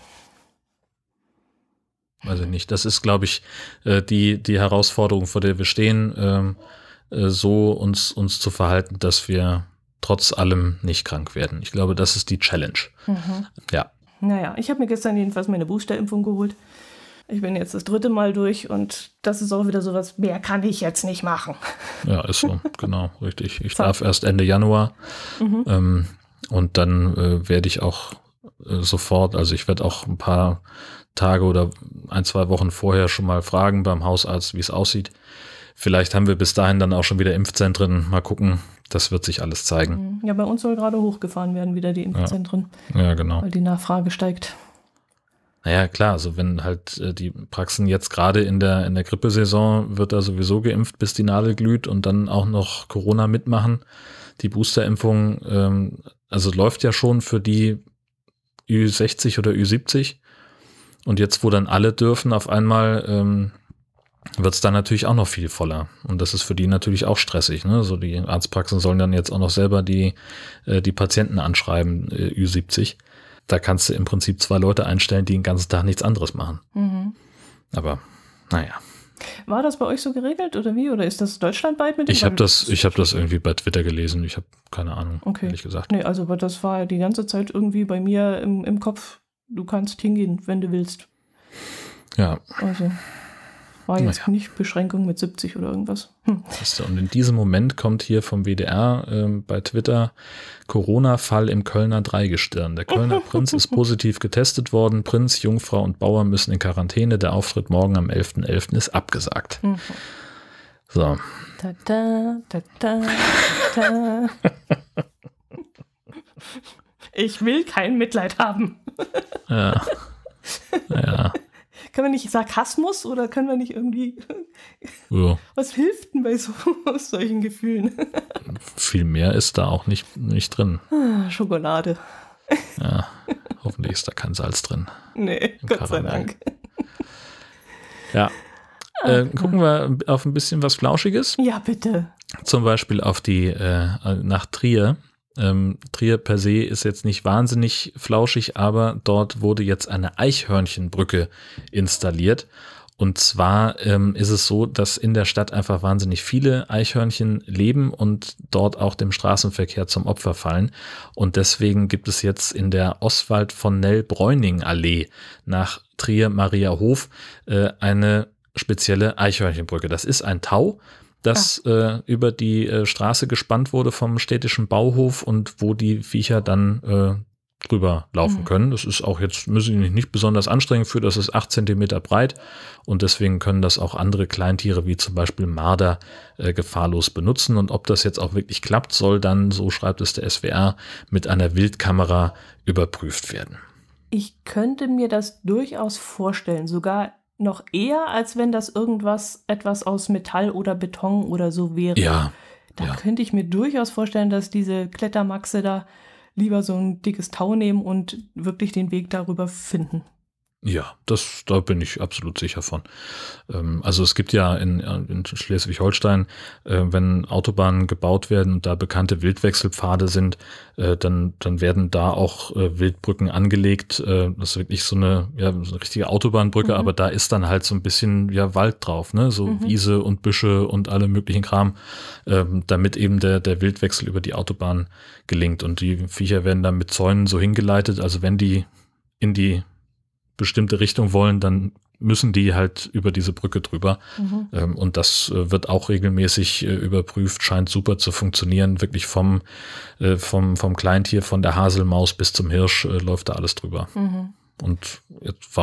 Weiß ich nicht. Das ist, glaube ich, die Herausforderung, vor der wir stehen, so uns zu verhalten, dass wir trotz allem nicht krank werden. Ich glaube, das ist die Challenge. Mhm. Ja. Naja, ich habe mir gestern jedenfalls meine Boosterimpfung geholt. Ich bin jetzt das 3. Mal durch und das ist auch wieder sowas, mehr kann ich jetzt nicht machen. Ja, ist so, genau, richtig. Ich darf erst Ende Januar und dann werde ich auch sofort, also ich werde auch ein paar Tage oder 1-2 Wochen vorher schon mal fragen beim Hausarzt, wie es aussieht. Vielleicht haben wir bis dahin dann auch schon wieder Impfzentren. Mal gucken, das wird sich alles zeigen. Ja, bei uns soll gerade hochgefahren werden, wieder die Impfzentren. Ja, genau. Weil die Nachfrage steigt. Naja, klar, also wenn halt die Praxen jetzt gerade in der Grippesaison wird da sowieso geimpft, bis die Nadel glüht und dann auch noch Corona mitmachen. Die Boosterimpfung, also läuft ja schon für die Ü60 oder Ü70. Und jetzt, wo dann alle dürfen, auf einmal wird es dann natürlich auch noch viel voller. Und das ist für die natürlich auch stressig. Ne? So die Arztpraxen sollen dann jetzt auch noch selber die Patienten anschreiben, Ü70. Da kannst du im Prinzip 2 Leute einstellen, die den ganzen Tag nichts anderes machen. Mhm. Aber naja. War das bei euch so geregelt oder wie? Oder ist das deutschlandweit mit dem? Ich habe das irgendwie bei Twitter gelesen. Ich habe keine Ahnung, ehrlich gesagt. Nee, also aber das war die ganze Zeit irgendwie bei mir im Kopf. Du kannst hingehen, wenn du willst. Ja. Also war jetzt nicht Beschränkung mit 70 oder irgendwas. Und in diesem Moment kommt hier vom WDR bei Twitter Corona-Fall im Kölner Dreigestirn. Der Kölner Prinz ist positiv getestet worden. Prinz, Jungfrau und Bauer müssen in Quarantäne. Der Auftritt morgen am 11.11. ist abgesagt. So. Ta -ta, ta -ta, ta. Ich will kein Mitleid haben. Ja. Können wir nicht Sarkasmus oder können wir nicht irgendwie. Ja. Was hilft denn bei solchen Gefühlen? Viel mehr ist da auch nicht drin. Schokolade. Ja, hoffentlich ist da kein Salz drin. Nee, Gott sei Dank. Ja. Gucken wir auf ein bisschen was Flauschiges. Ja, bitte. Zum Beispiel auf die nach Trier. Trier per se ist jetzt nicht wahnsinnig flauschig, aber dort wurde jetzt eine Eichhörnchenbrücke installiert Und zwar ist es so, dass in der Stadt einfach wahnsinnig viele Eichhörnchen leben und dort auch dem Straßenverkehr zum Opfer fallen. Und deswegen gibt es jetzt in der Oswald von Nell-Bräuning-Allee nach Trier-Mariahof eine spezielle Eichhörnchenbrücke. Das ist ein Tau, das über die Straße gespannt wurde vom städtischen Bauhof und wo die Viecher dann drüber laufen können. Das ist auch jetzt, müssen die nicht besonders anstrengend für, das ist 8 Zentimeter breit und deswegen können das auch andere Kleintiere wie zum Beispiel Marder gefahrlos benutzen. Und ob das jetzt auch wirklich klappt, soll dann, so schreibt es der SWR, mit einer Wildkamera überprüft werden. Ich könnte mir das durchaus vorstellen, sogar noch eher, als wenn das etwas aus Metall oder Beton oder so wäre. Ja. Da könnte ich mir durchaus vorstellen, dass diese Klettermaxe da lieber so ein dickes Tau nehmen und wirklich den Weg darüber finden. Ja, da bin ich absolut sicher von. Also es gibt ja in Schleswig-Holstein, wenn Autobahnen gebaut werden und da bekannte Wildwechselpfade sind, dann werden da auch Wildbrücken angelegt. Das ist wirklich so eine richtige Autobahnbrücke, aber da ist dann halt so ein bisschen Wald drauf, ne? So Wiese und Büsche und alle möglichen Kram, damit eben der Wildwechsel über die Autobahn gelingt. Und die Viecher werden dann mit Zäunen so hingeleitet, also wenn die in die bestimmte Richtung wollen, dann müssen die halt über diese Brücke drüber. Und das wird auch regelmäßig überprüft, scheint super zu funktionieren. Wirklich vom Kleintier, von der Haselmaus bis zum Hirsch läuft da alles drüber. Und jetzt,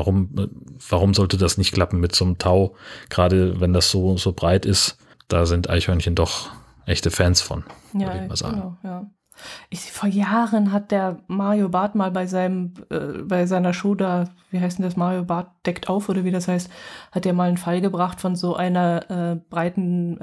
warum sollte das nicht klappen mit so einem Tau? Gerade wenn das so breit ist, da sind Eichhörnchen doch echte Fans von, würde ich mal sagen. Genau, ja. Vor Jahren hat der Mario Barth mal bei seiner Show da, wie heißt denn das, Mario Barth deckt auf oder wie das heißt, hat er mal einen Fall gebracht von so einer breiten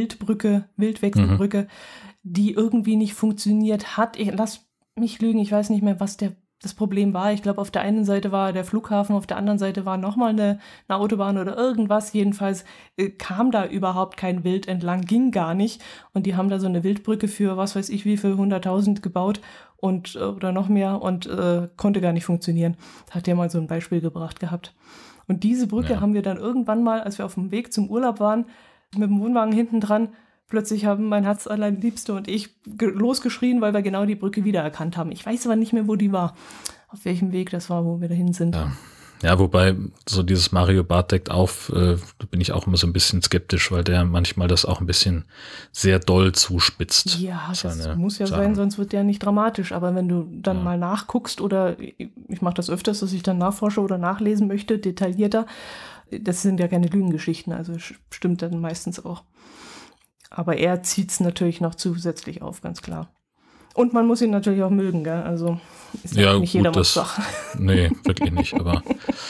Wildwechselbrücke, die irgendwie nicht funktioniert hat. Lass mich lügen, ich weiß nicht mehr, was das Problem war. Ich glaube, auf der einen Seite war der Flughafen, auf der anderen Seite war nochmal eine Autobahn oder irgendwas. Jedenfalls kam da überhaupt kein Wild entlang, ging gar nicht. Und die haben da so eine Wildbrücke für, was weiß ich, wie viel 100.000 gebaut und oder noch mehr und konnte gar nicht funktionieren. Da hat der mal so ein Beispiel gebracht gehabt. Und diese Brücke haben wir dann irgendwann mal, als wir auf dem Weg zum Urlaub waren, mit dem Wohnwagen hinten dran, plötzlich haben mein Herz allein Liebste und ich losgeschrien, weil wir genau die Brücke wiedererkannt haben. Ich weiß aber nicht mehr, wo die war. Auf welchem Weg das war, wo wir dahin sind. Ja, wobei so dieses Mario Barth deckt auf, da bin ich auch immer so ein bisschen skeptisch, weil der manchmal das auch ein bisschen sehr doll zuspitzt. Ja, das muss ja sein, sonst wird der nicht dramatisch. Aber wenn du dann mal nachguckst oder ich mache das öfters, dass ich dann nachforsche oder nachlesen möchte, detaillierter, das sind ja keine Lügengeschichten, also stimmt dann meistens auch. Aber er zieht es natürlich noch zusätzlich auf, ganz klar. Und man muss ihn natürlich auch mögen, gell? Also ist ja nicht jedermanns Sache. Nee, wirklich nicht. Aber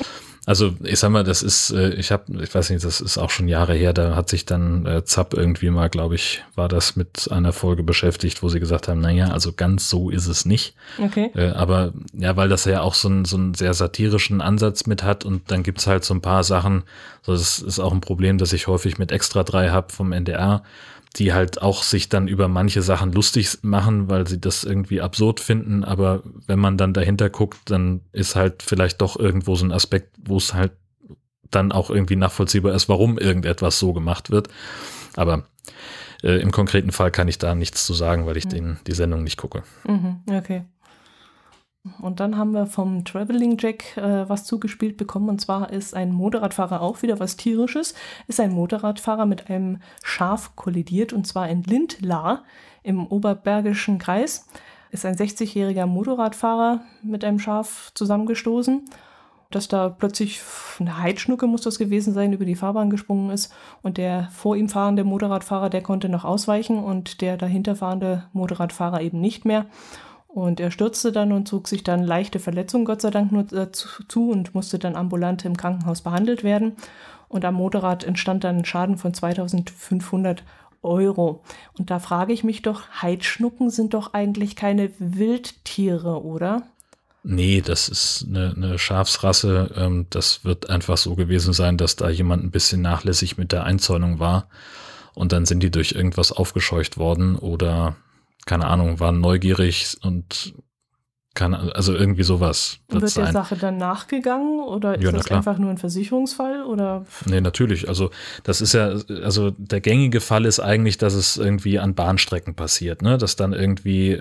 also ich sag mal, das ist, ich weiß nicht, das ist auch schon Jahre her, da hat sich dann Zapp irgendwie mal, glaube ich, war das mit einer Folge beschäftigt, wo sie gesagt haben, naja, also ganz so ist es nicht. Okay. Aber ja, weil das ja auch so einen sehr satirischen Ansatz mit hat und dann gibt's halt so ein paar Sachen, so das ist auch ein Problem, das ich häufig mit Extra 3 habe vom NDR, die halt auch sich dann über manche Sachen lustig machen, weil sie das irgendwie absurd finden, aber wenn man dann dahinter guckt, dann ist halt vielleicht doch irgendwo so ein Aspekt, wo es halt dann auch irgendwie nachvollziehbar ist, warum irgendetwas so gemacht wird. Aber im konkreten Fall kann ich da nichts zu sagen, weil ich die Sendung nicht gucke. Okay. Und dann haben wir vom Traveling Jack was zugespielt bekommen, und zwar ist ein Motorradfahrer auch wieder was Tierisches, ist ein Motorradfahrer mit einem Schaf kollidiert, und zwar in Lindlar im Oberbergischen Kreis. Ist ein 60-jähriger Motorradfahrer mit einem Schaf zusammengestoßen, dass da plötzlich eine Heidschnucke, muss das gewesen sein, über die Fahrbahn gesprungen ist, und der vor ihm fahrende Motorradfahrer, der konnte noch ausweichen und der dahinter fahrende Motorradfahrer eben nicht mehr. Und er stürzte dann und zog sich dann leichte Verletzungen, Gott sei Dank, nur zu und musste dann ambulant im Krankenhaus behandelt werden. Und am Motorrad entstand dann ein Schaden von 2.500 €. Und da frage ich mich doch, Heidschnucken sind doch eigentlich keine Wildtiere, oder? Nee, das ist eine Schafsrasse. Das wird einfach so gewesen sein, dass da jemand ein bisschen nachlässig mit der Einzäunung war. Und dann sind die durch irgendwas aufgescheucht worden oder keine Ahnung, waren neugierig und Also irgendwie sowas wird Wird der sein. Sache dann nachgegangen oder ist Ja, na das klar. einfach nur ein Versicherungsfall? Oder? Nee, natürlich. Also das ist ja, also der gängige Fall ist eigentlich, dass es irgendwie an Bahnstrecken passiert, ne? Dass dann irgendwie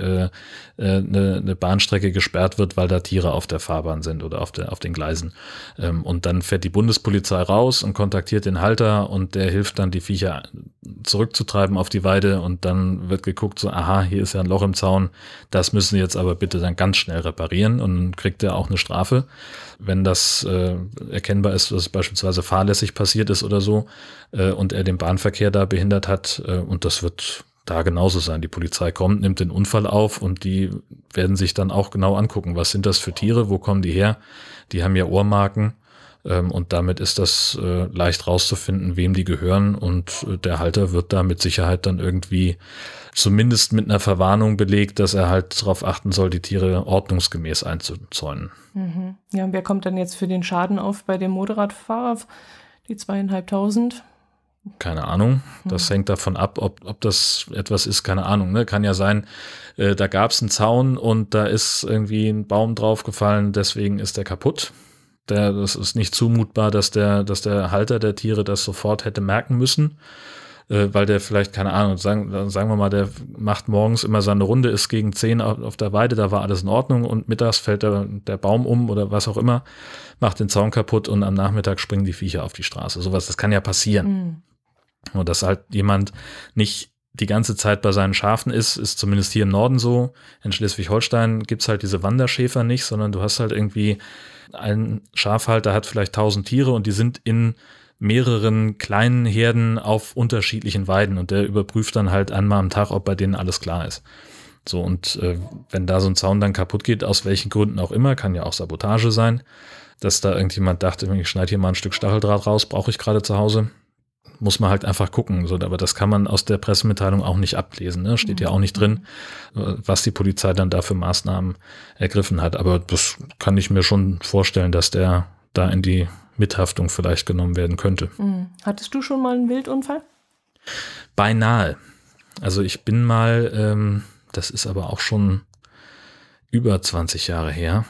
eine Bahnstrecke gesperrt wird, weil da Tiere auf der Fahrbahn sind oder auf den Gleisen. Und dann fährt die Bundespolizei raus und kontaktiert den Halter und der hilft dann, die Viecher zurückzutreiben auf die Weide und dann wird geguckt, so, aha, hier ist ja ein Loch im Zaun, das müssen wir jetzt aber bitte dann ganz schnell reparieren und dann kriegt er auch eine Strafe. Wenn das erkennbar ist, dass es beispielsweise fahrlässig passiert ist oder so und er den Bahnverkehr da behindert hat und das wird da genauso sein. Die Polizei kommt, nimmt den Unfall auf und die werden sich dann auch genau angucken, was sind das für Tiere, wo kommen die her? Die haben ja Ohrmarken und damit ist das leicht rauszufinden, wem die gehören und der Halter wird da mit Sicherheit dann irgendwie zumindest mit einer Verwarnung belegt, dass er halt darauf achten soll, die Tiere ordnungsgemäß einzuzäunen. Mhm. Ja, und wer kommt dann jetzt für den Schaden auf bei dem Motorradfahrer? Die 2.500? Keine Ahnung. Das hängt davon ab, ob das etwas ist, keine Ahnung. Ne? Kann ja sein, da gab es einen Zaun und da ist irgendwie ein Baum draufgefallen, deswegen ist der kaputt. Das ist nicht zumutbar, dass der Halter der Tiere das sofort hätte merken müssen, weil der vielleicht, keine Ahnung, sagen wir mal, der macht morgens immer seine Runde, ist gegen 10 auf der Weide, da war alles in Ordnung und mittags fällt der Baum um oder was auch immer, macht den Zaun kaputt und am Nachmittag springen die Viecher auf die Straße. Sowas, das kann ja passieren. Und dass halt jemand nicht die ganze Zeit bei seinen Schafen ist zumindest hier im Norden so. In Schleswig-Holstein gibt's halt diese Wanderschäfer nicht, sondern du hast halt irgendwie ein Schafhalter hat vielleicht 1000 Tiere und die sind in mehreren kleinen Herden auf unterschiedlichen Weiden und der überprüft dann halt einmal am Tag, ob bei denen alles klar ist. So, und wenn da so ein Zaun dann kaputt geht, aus welchen Gründen auch immer, kann ja auch Sabotage sein, dass da irgendjemand dachte, ich schneide hier mal ein Stück Stacheldraht raus, brauche ich gerade zu Hause. Muss man halt einfach gucken. So, aber das kann man aus der Pressemitteilung auch nicht ablesen. Ne? Steht ja auch nicht drin, was die Polizei dann da für Maßnahmen ergriffen hat. Aber das kann ich mir schon vorstellen, dass der da in die Mithaftung vielleicht genommen werden könnte. Hattest du schon mal einen Wildunfall? Beinahe. Also ich bin mal, das ist aber auch schon über 20 Jahre her,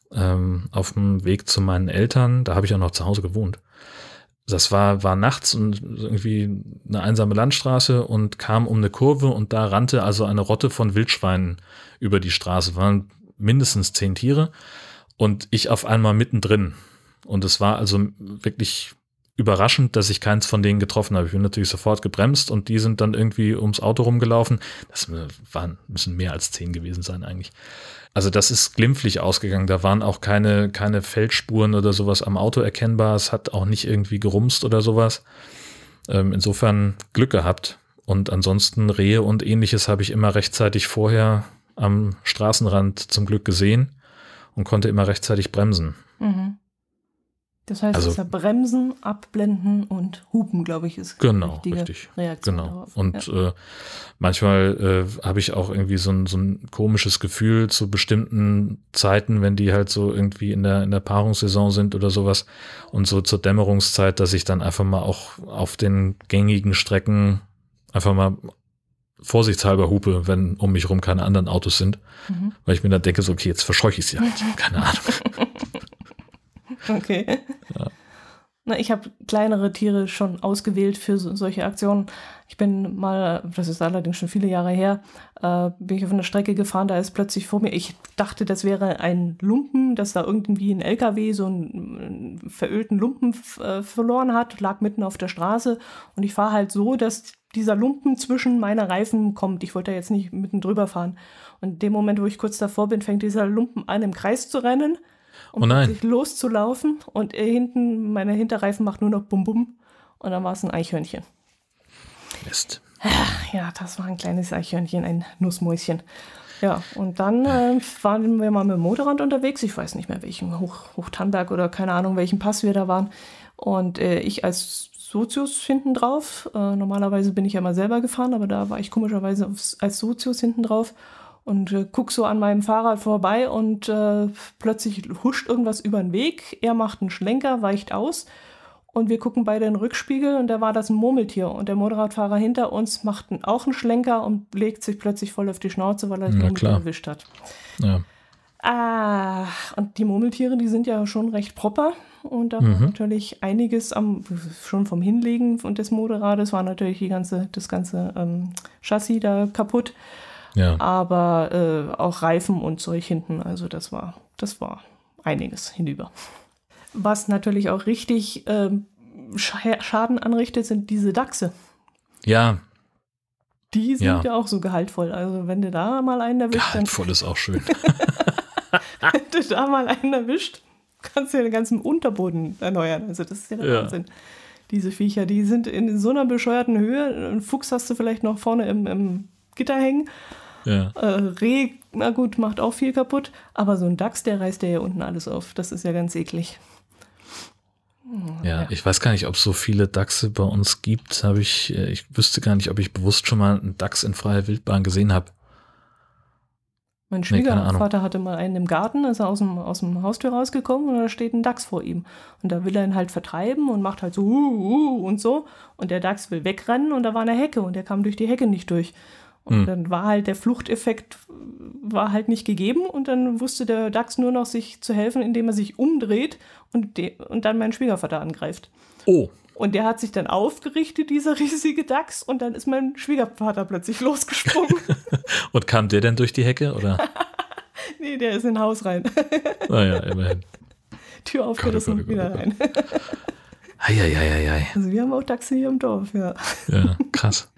auf dem Weg zu meinen Eltern, da habe ich auch noch zu Hause gewohnt. Das war nachts und irgendwie eine einsame Landstraße und kam um eine Kurve und da rannte also eine Rotte von Wildschweinen über die Straße. Waren mindestens 10 Tiere und ich auf einmal mittendrin. Und es war also wirklich überraschend, dass ich keins von denen getroffen habe. Ich bin natürlich sofort gebremst und die sind dann irgendwie ums Auto rumgelaufen. Das müssen mehr als 10 gewesen sein eigentlich. Also das ist glimpflich ausgegangen. Da waren auch keine Feldspuren oder sowas am Auto erkennbar. Es hat auch nicht irgendwie gerumst oder sowas. Insofern Glück gehabt. Und ansonsten Rehe und Ähnliches habe ich immer rechtzeitig vorher am Straßenrand zum Glück gesehen und konnte immer rechtzeitig bremsen. Das heißt, also, Bremsen, Abblenden und Hupen, glaube ich, ist genau, richtige richtig. Reaktion genau. darauf. Und manchmal habe ich auch irgendwie so ein komisches Gefühl zu bestimmten Zeiten, wenn die halt so irgendwie in der Paarungssaison sind oder sowas und so zur Dämmerungszeit, dass ich dann einfach mal auch auf den gängigen Strecken einfach mal vorsichtshalber hupe, wenn um mich rum keine anderen Autos sind, weil ich mir dann denke, so okay, jetzt verscheuche ich sie halt, keine Ahnung. Okay. Ja. Na, ich habe kleinere Tiere schon ausgewählt für solche Aktionen. Ich bin mal, das ist allerdings schon viele Jahre her, bin ich auf eine Strecke gefahren, da ist plötzlich vor mir, ich dachte, das wäre ein Lumpen, dass da irgendwie ein LKW so einen verölten Lumpen verloren hat, lag mitten auf der Straße und ich fahre halt so, dass dieser Lumpen zwischen meine Reifen kommt. Ich wollte da jetzt nicht mitten drüber fahren. Und in dem Moment, wo ich kurz davor bin, fängt dieser Lumpen an, im Kreis zu rennen. Um plötzlich loszulaufen und hinten, meine Hinterreifen macht nur noch Bum Bum und dann war es ein Eichhörnchen. Mist. Ja, das war ein kleines Eichhörnchen, ein Nussmäuschen. Ja, und dann waren wir mal mit dem Motorrad unterwegs, ich weiß nicht mehr welchen, Hochtannberg oder keine Ahnung, welchen Pass wir da waren und ich als Sozius hinten drauf, normalerweise bin ich ja mal selber gefahren, aber da war ich komischerweise als Sozius hinten drauf. Und guck so an meinem Fahrrad vorbei und plötzlich huscht irgendwas über den Weg. Er macht einen Schlenker, weicht aus und wir gucken beide in den Rückspiegel und da war das ein Murmeltier. Und der Motorradfahrer hinter uns macht auch einen Schlenker und legt sich plötzlich voll auf die Schnauze, weil er das Murmeltier erwischt hat. Ja. Und die Murmeltiere, die sind ja schon recht proper. Und da war natürlich einiges schon vom Hinlegen und des Motorrades war natürlich das ganze Chassis da kaputt. Ja. Aber auch Reifen und Zeug hinten, also das war einiges hinüber. Was natürlich auch richtig Schaden anrichtet, sind diese Dachse. Ja. Die sind ja auch so gehaltvoll. Also wenn du da mal einen erwischt. Gehaltvoll ist auch schön. Wenn du da mal einen erwischt, kannst du ja den ganzen Unterboden erneuern. Also das ist ja der Wahnsinn. Diese Viecher, die sind in so einer bescheuerten Höhe. Einen Fuchs hast du vielleicht noch vorne im Gitter hängen. Ja. Reh, na gut, macht auch viel kaputt. Aber so ein Dachs, der reißt ja unten alles auf. Das ist ja ganz eklig. Ja, ich weiß gar nicht, ob es so viele Dachse bei uns gibt. Ich wüsste gar nicht, ob ich bewusst schon mal einen Dachs in freier Wildbahn gesehen habe. Mein Schwiegervater hatte mal einen im Garten, ist er aus dem Haustür rausgekommen und da steht ein Dachs vor ihm. Und da will er ihn halt vertreiben und macht halt so und so. Und der Dachs will wegrennen und da war eine Hecke und der kam durch die Hecke nicht durch. Und dann war halt der Fluchteffekt war halt nicht gegeben und dann wusste der Dachs nur noch sich zu helfen, indem er sich umdreht und dann meinen Schwiegervater angreift. Oh. Und der hat sich dann aufgerichtet, dieser riesige Dachs, und dann ist mein Schwiegervater plötzlich losgesprungen. Und kam der denn durch die Hecke, oder? Nee, der ist in ein Haus rein. Naja, immerhin. Tür aufgerissen und wieder rein. Eieieiei. Also wir haben auch Dachse hier im Dorf, ja. Ja, krass.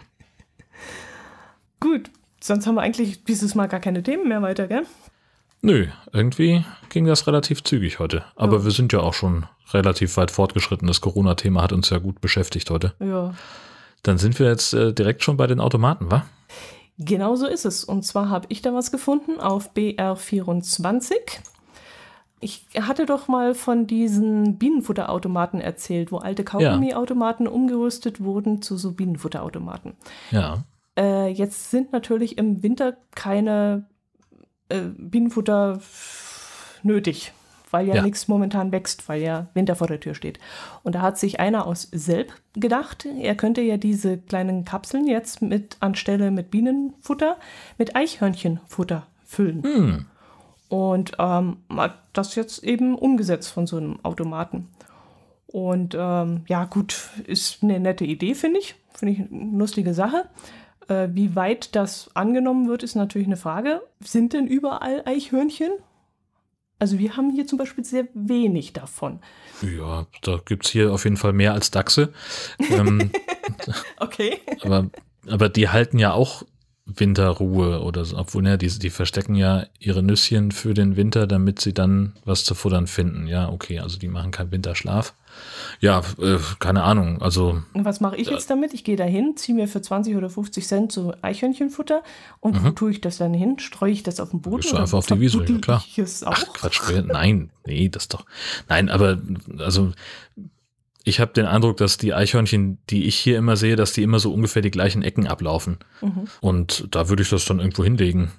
Gut, sonst haben wir eigentlich dieses Mal gar keine Themen mehr weiter, gell? Nö, irgendwie ging das relativ zügig heute. Aber wir sind ja auch schon relativ weit fortgeschritten. Das Corona-Thema hat uns ja gut beschäftigt heute. Ja. Dann sind wir jetzt direkt schon bei den Automaten, wa? Genau so ist es. Und zwar habe ich da was gefunden auf BR24. Ich hatte doch mal von diesen Bienenfutterautomaten erzählt, wo alte Kaugummiautomaten umgerüstet wurden zu so Bienenfutterautomaten. Ja. Jetzt sind natürlich im Winter keine Bienenfutter nötig, weil ja nichts momentan wächst, weil ja Winter vor der Tür steht. Und da hat sich einer aus Selb gedacht, er könnte ja diese kleinen Kapseln jetzt anstelle mit Bienenfutter mit Eichhörnchenfutter füllen. Und hat das jetzt eben umgesetzt von so einem Automaten. Und ja gut, ist eine nette Idee, finde ich. Finde ich eine lustige Sache. Wie weit das angenommen wird, ist natürlich eine Frage. Sind denn überall Eichhörnchen? Also wir haben hier zum Beispiel sehr wenig davon. Ja, da gibt es hier auf jeden Fall mehr als Dachse. Okay. Aber die halten ja auch Winterruhe oder so. Obwohl, die verstecken ja ihre Nüsschen für den Winter, damit sie dann was zu futtern finden. Ja, okay, also die machen keinen Winterschlaf. Ja, keine Ahnung. Also. Und was mache ich jetzt damit? Ich gehe da hin, ziehe mir für 20 oder 50 Cent so Eichhörnchenfutter. Und wo tue ich das dann hin? Streue ich das auf den Boden? Gehst du einfach auf die Wiese, ja klar. Ach, Quatsch. Nein, das doch. Nein, aber also ich habe den Eindruck, dass die Eichhörnchen, die ich hier immer sehe, dass die immer so ungefähr die gleichen Ecken ablaufen. Und da würde ich das dann irgendwo hinlegen,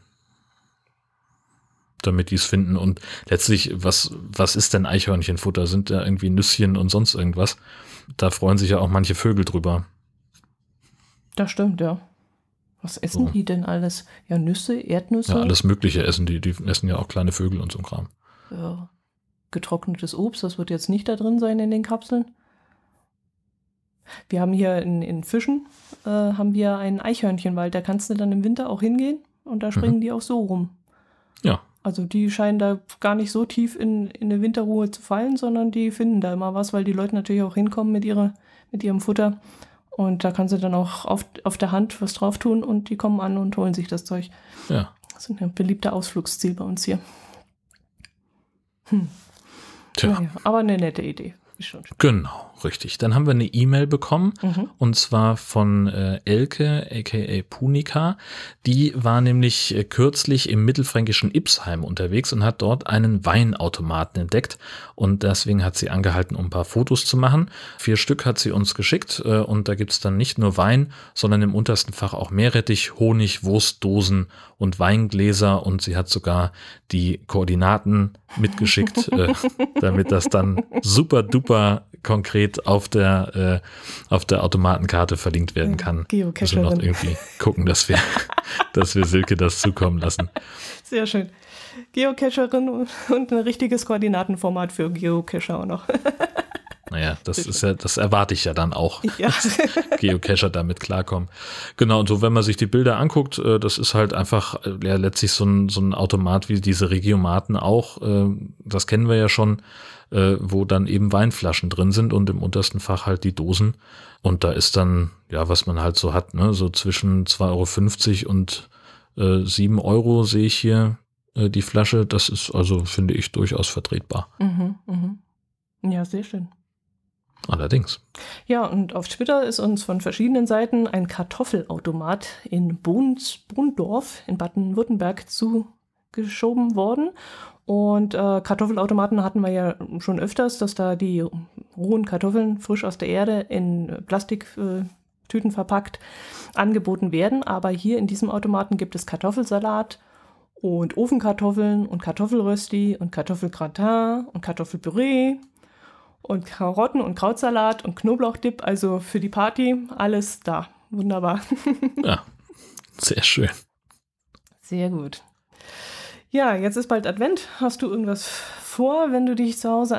damit die es finden. Und letztlich, was ist denn Eichhörnchenfutter? Sind da irgendwie Nüsschen und sonst irgendwas? Da freuen sich ja auch manche Vögel drüber. Das stimmt, ja. Was essen die denn alles? Ja, Nüsse, Erdnüsse? Ja, alles Mögliche essen die. Die essen ja auch kleine Vögel und so ein Kram. Ja. Getrocknetes Obst, das wird jetzt nicht da drin sein in den Kapseln. Wir haben hier in Fischen haben wir einen Eichhörnchenwald. Da kannst du dann im Winter auch hingehen und da springen die auch so rum. Ja. Also die scheinen da gar nicht so tief in eine Winterruhe zu fallen, sondern die finden da immer was, weil die Leute natürlich auch hinkommen mit ihrem Futter. Und da kannst du dann auch auf der Hand was drauf tun und die kommen an und holen sich das Zeug. Ja. Das ist ein beliebter Ausflugsziel bei uns hier. Tja. Naja, aber eine nette Idee. Schon. Genau, richtig. Dann haben wir eine E-Mail bekommen und zwar von Elke, aka Punika. Die war nämlich kürzlich im mittelfränkischen Ipsheim unterwegs und hat dort einen Weinautomaten entdeckt und deswegen hat sie angehalten, um ein paar Fotos zu machen. 4 Stück hat sie uns geschickt und da gibt es dann nicht nur Wein, sondern im untersten Fach auch Meerrettich, Honig, Wurstdosen und Weingläser und sie hat sogar die Koordinaten mitgeschickt, damit das dann super duper konkret auf der Automatenkarte verlinkt werden kann. Geocacherin. Müssen wir noch irgendwie gucken, dass wir Silke das zukommen lassen. Sehr schön. Geocacherin und ein richtiges Koordinatenformat für Geocacher auch noch. Naja, das erwarte ich ja dann auch, Ja. dass Geocacher damit klarkommen. Genau, und so, wenn man sich die Bilder anguckt, das ist halt einfach ja, letztlich so ein Automat wie diese Regiomaten auch, das kennen wir ja schon, wo dann eben Weinflaschen drin sind und im untersten Fach halt die Dosen. Und da ist dann, ja, was man halt so hat, ne, so zwischen 2,50 € und 7 € sehe ich hier die Flasche. Das ist also, finde ich, durchaus vertretbar. Ja, sehr schön. Allerdings. Ja, und auf Twitter ist uns von verschiedenen Seiten ein Kartoffelautomat in Bohndorf in Baden-Württemberg zugeschoben worden. Und Kartoffelautomaten hatten wir ja schon öfters, dass da die rohen Kartoffeln frisch aus der Erde in Plastiktüten verpackt angeboten werden. Aber hier in diesem Automaten gibt es Kartoffelsalat und Ofenkartoffeln und Kartoffelrösti und Kartoffelgratin und Kartoffelpüree und Karotten und Krautsalat und Knoblauchdip, also für die Party, alles da. Wunderbar. Ja, sehr schön. Sehr gut. Ja, jetzt ist bald Advent. Hast du irgendwas vor, wenn du dich zu Hause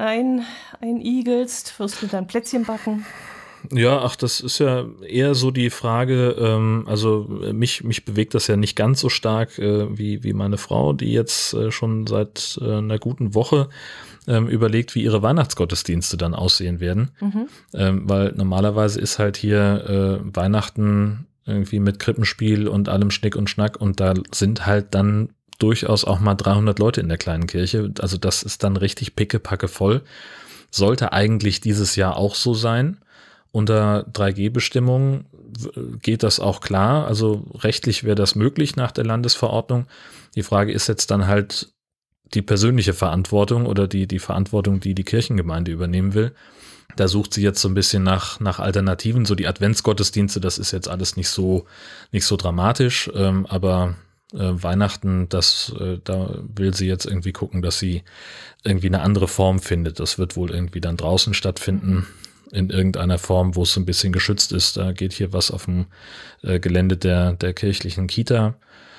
einigelst? Wirst du dein Plätzchen backen? Ja, ach, das ist ja eher so die Frage, also mich bewegt das ja nicht ganz so stark wie meine Frau, die jetzt schon seit einer guten Woche überlegt, wie ihre Weihnachtsgottesdienste dann aussehen werden. Weil normalerweise ist halt hier Weihnachten irgendwie mit Krippenspiel und allem Schnick und Schnack und da sind halt dann durchaus auch mal 300 Leute in der kleinen Kirche. Also das ist dann richtig pickepacke voll. Sollte eigentlich dieses Jahr auch so sein. Unter 3G-Bestimmungen geht das auch klar. Also rechtlich wäre das möglich nach der Landesverordnung. Die Frage ist jetzt dann halt die persönliche Verantwortung oder die Verantwortung, die die Kirchengemeinde übernehmen will. Da sucht sie jetzt so ein bisschen nach Alternativen. So die Adventsgottesdienste, das ist jetzt alles nicht so dramatisch, aber Weihnachten, da will sie jetzt irgendwie gucken, dass sie irgendwie eine andere Form findet. Das wird wohl irgendwie dann draußen stattfinden, in irgendeiner Form, wo es so ein bisschen geschützt ist. Da geht hier was auf dem Gelände der kirchlichen Kita.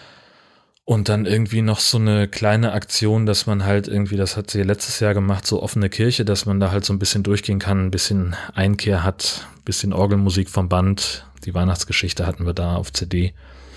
Und dann irgendwie noch so eine kleine Aktion, dass man halt irgendwie, das hat sie letztes Jahr gemacht, so offene Kirche, dass man da halt so ein bisschen durchgehen kann, ein bisschen Einkehr hat, ein bisschen Orgelmusik vom Band. Die Weihnachtsgeschichte hatten wir da auf CD.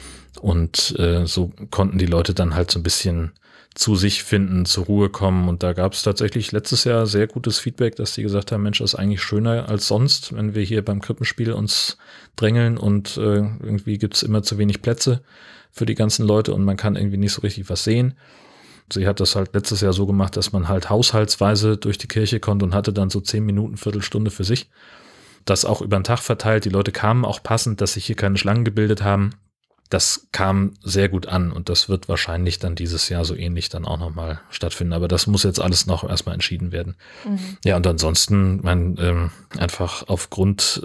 Und so konnten die Leute dann halt so ein bisschen zu sich finden, zur Ruhe kommen. Und da gab es tatsächlich letztes Jahr sehr gutes Feedback, dass die gesagt haben, Mensch, das ist eigentlich schöner als sonst, wenn wir hier beim Krippenspiel uns drängeln und irgendwie gibt's immer zu wenig Plätze für die ganzen Leute und man kann irgendwie nicht so richtig was sehen. Sie hat das halt letztes Jahr so gemacht, dass man halt haushaltsweise durch die Kirche konnte und hatte dann so 10 Minuten, Viertelstunde für sich. Das auch über den Tag verteilt. Die Leute kamen auch passend, dass sich hier keine Schlangen gebildet haben. Das kam sehr gut an und das wird wahrscheinlich dann dieses Jahr so ähnlich dann auch nochmal stattfinden. Aber das muss jetzt alles noch erstmal entschieden werden. Ja, und ansonsten, einfach aufgrund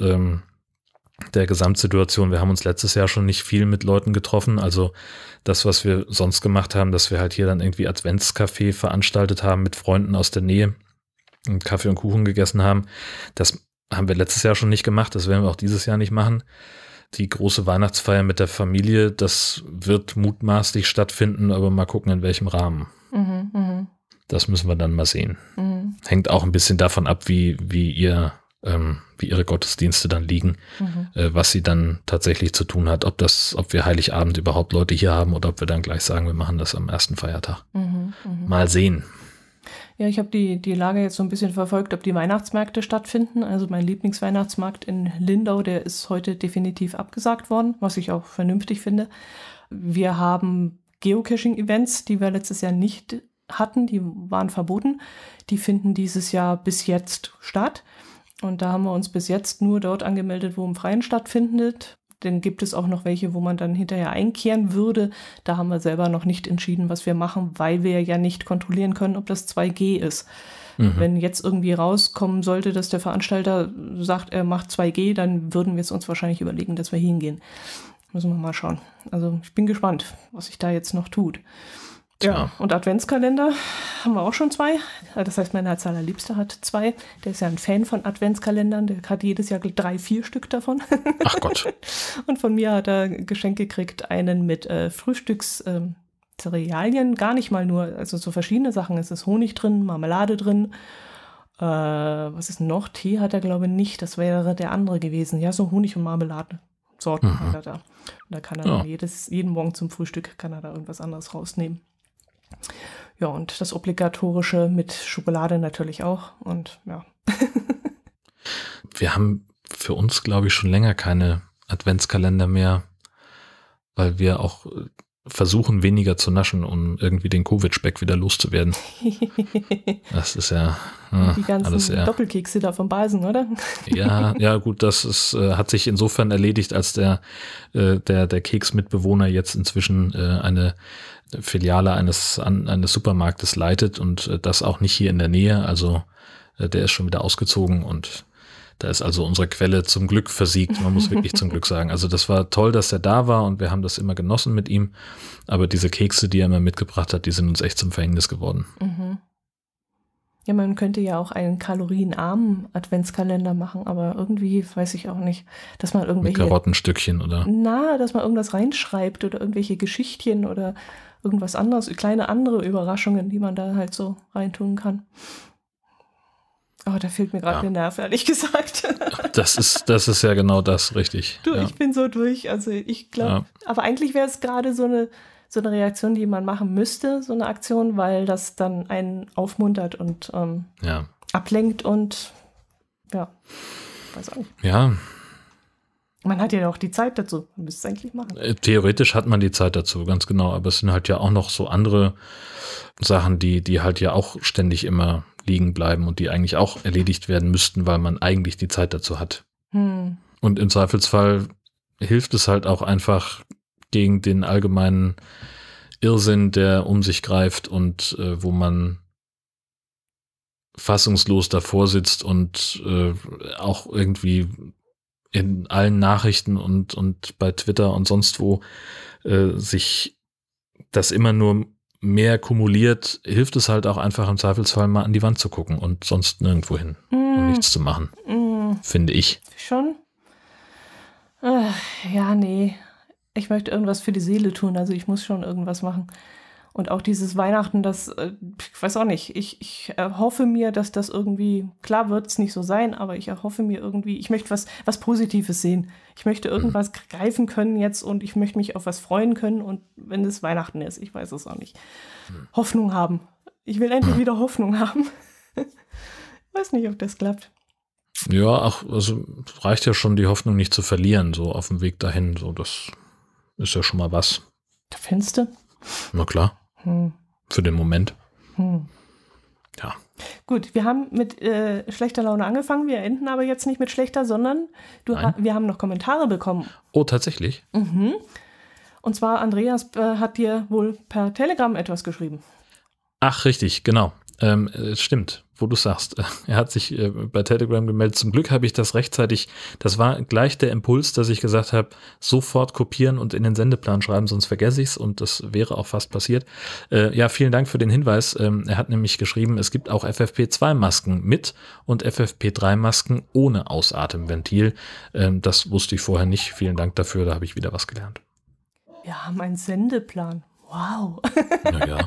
der Gesamtsituation, wir haben uns letztes Jahr schon nicht viel mit Leuten getroffen. Also das, was wir sonst gemacht haben, dass wir halt hier dann irgendwie Adventscafé veranstaltet haben mit Freunden aus der Nähe und Kaffee und Kuchen gegessen haben, das haben wir letztes Jahr schon nicht gemacht. Das werden wir auch dieses Jahr nicht machen. Die große Weihnachtsfeier mit der Familie, das wird mutmaßlich stattfinden, aber mal gucken, in welchem Rahmen. Das müssen wir dann mal sehen. Hängt auch ein bisschen davon ab, wie ihre Gottesdienste dann liegen, was sie dann tatsächlich zu tun hat, ob wir Heiligabend überhaupt Leute hier haben oder ob wir dann gleich sagen, wir machen das am ersten Feiertag. Mal sehen. Ja, ich habe die Lage jetzt so ein bisschen verfolgt, ob die Weihnachtsmärkte stattfinden. Also mein Lieblingsweihnachtsmarkt in Lindau, der ist heute definitiv abgesagt worden, was ich auch vernünftig finde. Wir haben Geocaching-Events, die wir letztes Jahr nicht hatten, die waren verboten. Die finden dieses Jahr bis jetzt statt. Und da haben wir uns bis jetzt nur dort angemeldet, wo im Freien stattfindet. Dann gibt es auch noch welche, wo man dann hinterher einkehren würde. Da haben wir selber noch nicht entschieden, was wir machen, weil wir ja nicht kontrollieren können, ob das 2G ist. Wenn jetzt irgendwie rauskommen sollte, dass der Veranstalter sagt, er macht 2G, dann würden wir es uns wahrscheinlich überlegen, dass wir hingehen. Müssen wir mal schauen. Also ich bin gespannt, was sich da jetzt noch tut. Ja, und Adventskalender haben wir auch schon 2. Das heißt, mein Herz allerliebster hat 2. Der ist ja ein Fan von Adventskalendern. Der hat jedes Jahr 3, 4 Stück davon. Ach Gott. Und von mir hat er geschenkt gekriegt einen mit Frühstückstisch Cerealien, gar nicht mal nur, also so verschiedene Sachen. Es ist Honig drin, Marmelade drin. Was ist noch? Tee hat er, glaube ich, nicht. Das wäre der andere gewesen. Ja, so Honig- und Marmeladensorten hat er da. Und da kann er dann jeden Morgen zum Frühstück kann er da irgendwas anderes rausnehmen. Ja, und das Obligatorische mit Schokolade natürlich auch. Und ja. Wir haben für uns, glaube ich, schon länger keine Adventskalender mehr, weil wir auch versuchen, weniger zu naschen, um irgendwie den Covid-Speck wieder loszuwerden. Das ist ja die ganzen Doppelkekse da vom Basen, oder? Ja, gut, das ist, hat sich insofern erledigt, als der Keksmitbewohner jetzt inzwischen eine Filiale eines Supermarktes leitet und das auch nicht hier in der Nähe. Also der ist schon wieder ausgezogen und da ist also unsere Quelle zum Glück versiegt. Man muss wirklich zum Glück sagen. Also das war toll, dass er da war und wir haben das immer genossen mit ihm. Aber diese Kekse, die er immer mitgebracht hat, die sind uns echt zum Verhängnis geworden. Mhm. Ja, man könnte ja auch einen kalorienarmen Adventskalender machen, aber irgendwie weiß ich auch nicht, dass man irgendwelche... Mit Karottenstückchen oder... dass man irgendwas reinschreibt oder irgendwelche Geschichtchen oder irgendwas anderes, kleine andere Überraschungen, die man da halt so reintun kann. Oh, da fehlt mir gerade der Nerv, ehrlich gesagt. Das ist ja genau das, richtig. Du, ich bin so durch. Also ich glaube, aber eigentlich wäre es gerade so eine Reaktion, die man machen müsste, so eine Aktion, weil das dann einen aufmuntert und ablenkt und weiß auch nicht. Ja. Man hat ja auch die Zeit dazu. Man müsste es eigentlich machen. Theoretisch hat man die Zeit dazu, ganz genau. Aber es sind halt ja auch noch so andere Sachen, die halt ja auch ständig immer liegen bleiben und die eigentlich auch erledigt werden müssten, weil man eigentlich die Zeit dazu hat. Und im Zweifelsfall hilft es halt auch einfach gegen den allgemeinen Irrsinn, der um sich greift und wo man fassungslos davor sitzt und auch irgendwie in allen Nachrichten und bei Twitter und sonst wo sich das immer nur mehr kumuliert, hilft es halt auch einfach im Zweifelsfall mal an die Wand zu gucken und sonst nirgendwo hin und nichts zu machen, finde ich. Schon? Ja, nee. Ich möchte irgendwas für die Seele tun, also ich muss schon irgendwas machen. Und auch dieses Weihnachten, das, ich weiß auch nicht, ich erhoffe mir, dass das irgendwie, klar wird es nicht so sein, aber ich erhoffe mir irgendwie, ich möchte was Positives sehen. Ich möchte irgendwas greifen können jetzt und ich möchte mich auf was freuen können und wenn es Weihnachten ist, ich weiß es auch nicht. Hoffnung haben. Ich will endlich wieder Hoffnung haben. Weiß nicht, ob das klappt. Ja, also reicht ja schon, die Hoffnung nicht zu verlieren, so auf dem Weg dahin, so das ist ja schon mal was. Findest du? Na klar. Für den Moment. Ja. Gut, wir haben mit schlechter Laune angefangen, wir enden aber jetzt nicht mit schlechter, sondern wir haben noch Kommentare bekommen. Oh, tatsächlich? Und zwar Andreas hat dir wohl per Telegram etwas geschrieben. Ach, richtig, genau. Stimmt, wo du sagst. Er hat sich bei Telegram gemeldet. Zum Glück habe ich das rechtzeitig, das war gleich der Impuls, dass ich gesagt habe, sofort kopieren und in den Sendeplan schreiben, sonst vergesse ich es und das wäre auch fast passiert. Ja, vielen Dank für den Hinweis. Er hat nämlich geschrieben, es gibt auch FFP2-Masken mit und FFP3-Masken ohne Ausatemventil. Das wusste ich vorher nicht. Vielen Dank dafür, da habe ich wieder was gelernt. Wir haben einen Sendeplan. Wow. Naja.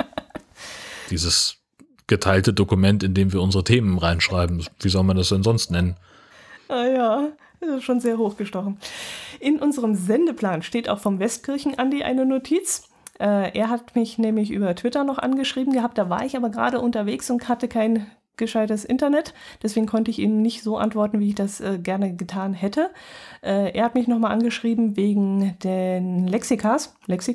Dieses geteilte Dokument, in dem wir unsere Themen reinschreiben. Wie soll man das denn sonst nennen? Ah ja, das ist schon sehr hochgestochen. In unserem Sendeplan steht auch vom Westkirchen-Andi eine Notiz. Er hat mich nämlich über Twitter noch angeschrieben gehabt, da war ich aber gerade unterwegs und hatte kein gescheites Internet. Deswegen konnte ich ihm nicht so antworten, wie ich das gerne getan hätte. Er hat mich nochmal angeschrieben wegen den Lexikas.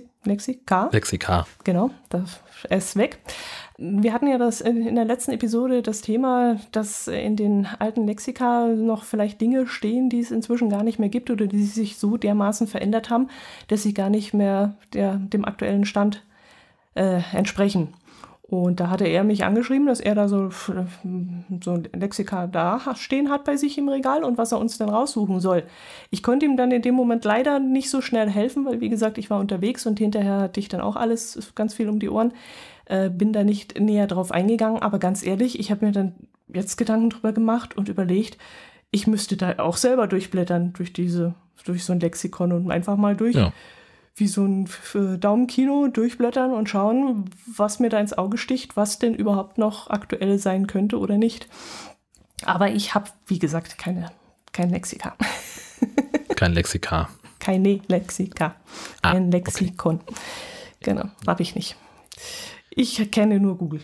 Lexika. Genau, das ist weg. Wir hatten ja das in der letzten Episode das Thema, dass in den alten Lexika noch vielleicht Dinge stehen, die es inzwischen gar nicht mehr gibt oder die sich so dermaßen verändert haben, dass sie gar nicht mehr dem aktuellen Stand entsprechen. Und da hatte er mich angeschrieben, dass er da so ein Lexika da stehen hat bei sich im Regal und was er uns dann raussuchen soll. Ich konnte ihm dann in dem Moment leider nicht so schnell helfen, weil wie gesagt, ich war unterwegs und hinterher hatte ich dann auch alles ganz viel um die Ohren. Bin da nicht näher drauf eingegangen, aber ganz ehrlich, ich habe mir dann jetzt Gedanken drüber gemacht und überlegt, ich müsste da auch selber durchblättern durch so ein Lexikon und einfach mal wie so ein Daumenkino durchblättern und schauen, was mir da ins Auge sticht, was denn überhaupt noch aktuell sein könnte oder nicht. Aber ich habe, wie gesagt, kein Lexika. Kein Lexika. Keine Lexika. Ein Lexikon. Okay. Genau, habe ich nicht. Ich kenne nur Google.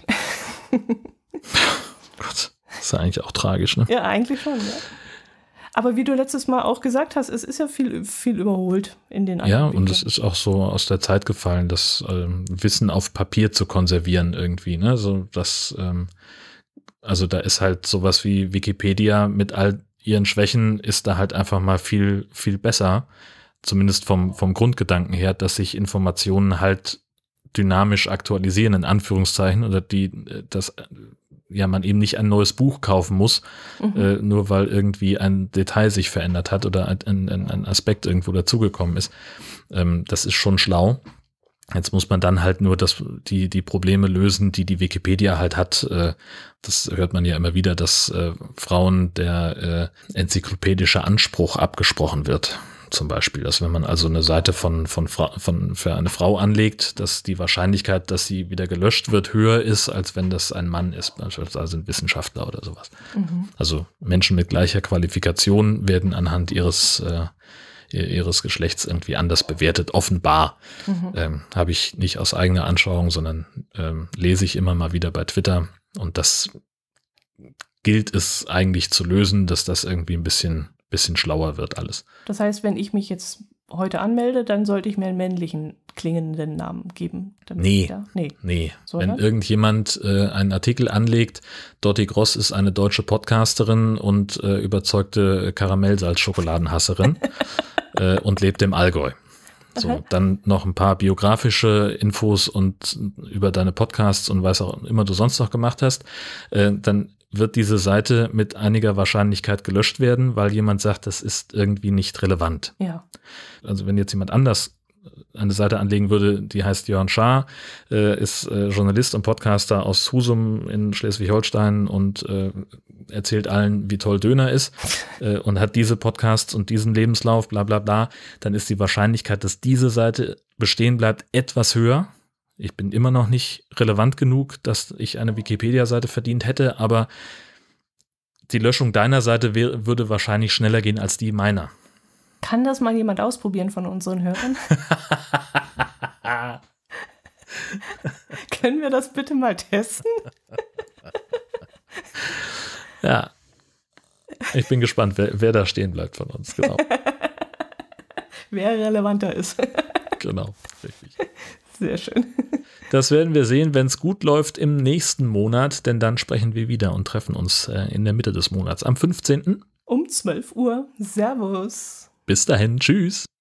Gott, das ist ja eigentlich auch tragisch, ne? Ja, eigentlich schon, ja. Aber wie du letztes Mal auch gesagt hast, es ist ja viel überholt in den anderen Büchern. Und es ist auch so aus der Zeit gefallen, das Wissen auf Papier zu konservieren irgendwie, ne? So, dass, also da ist halt sowas wie Wikipedia mit all ihren Schwächen ist da halt einfach mal viel, viel besser. Zumindest vom Grundgedanken her, dass sich Informationen halt dynamisch aktualisieren, in Anführungszeichen, oder dass man eben nicht ein neues Buch kaufen muss, nur weil irgendwie ein Detail sich verändert hat oder ein Aspekt irgendwo dazugekommen ist. Das ist schon schlau. Jetzt muss man dann halt nur die Probleme lösen, die Wikipedia halt hat. Das hört man ja immer wieder, dass Frauen der enzyklopädische Anspruch abgesprochen wird. Zum Beispiel, dass wenn man also eine Seite für eine Frau anlegt, dass die Wahrscheinlichkeit, dass sie wieder gelöscht wird, höher ist, als wenn das ein Mann ist, also ein Wissenschaftler oder sowas. Also Menschen mit gleicher Qualifikation werden anhand ihres Geschlechts irgendwie anders bewertet, offenbar. Habe ich nicht aus eigener Anschauung, sondern lese ich immer mal wieder bei Twitter, und das gilt es eigentlich zu lösen, dass das irgendwie ein bisschen schlauer wird alles. Das heißt, wenn ich mich jetzt heute anmelde, dann sollte ich mir einen männlichen klingenden Namen geben. Nee. Wenn irgendjemand einen Artikel anlegt, Dottie Gross ist eine deutsche Podcasterin und überzeugte Karamellsalz-Schokoladenhasserin und lebt im Allgäu. So, dann noch ein paar biografische Infos und über deine Podcasts und was auch immer du sonst noch gemacht hast, dann wird diese Seite mit einiger Wahrscheinlichkeit gelöscht werden, weil jemand sagt, das ist irgendwie nicht relevant. Ja. Also wenn jetzt jemand anders eine Seite anlegen würde, die heißt Jörn Schaar, ist Journalist und Podcaster aus Husum in Schleswig-Holstein und erzählt allen, wie toll Döner ist und hat diese Podcasts und diesen Lebenslauf, bla bla bla, dann ist die Wahrscheinlichkeit, dass diese Seite bestehen bleibt, etwas höher. Ich bin immer noch nicht relevant genug, dass ich eine Wikipedia-Seite verdient hätte, aber die Löschung deiner Seite würde wahrscheinlich schneller gehen als die meiner. Kann das mal jemand ausprobieren von unseren Hörern? Können wir das bitte mal testen? Ja. Ich bin gespannt, wer da stehen bleibt von uns. Genau. Wer relevanter ist. Genau, richtig. Sehr schön. Das werden wir sehen, wenn es gut läuft im nächsten Monat, denn dann sprechen wir wieder und treffen uns in der Mitte des Monats am 15. um 12 Uhr. Servus. Bis dahin, tschüss.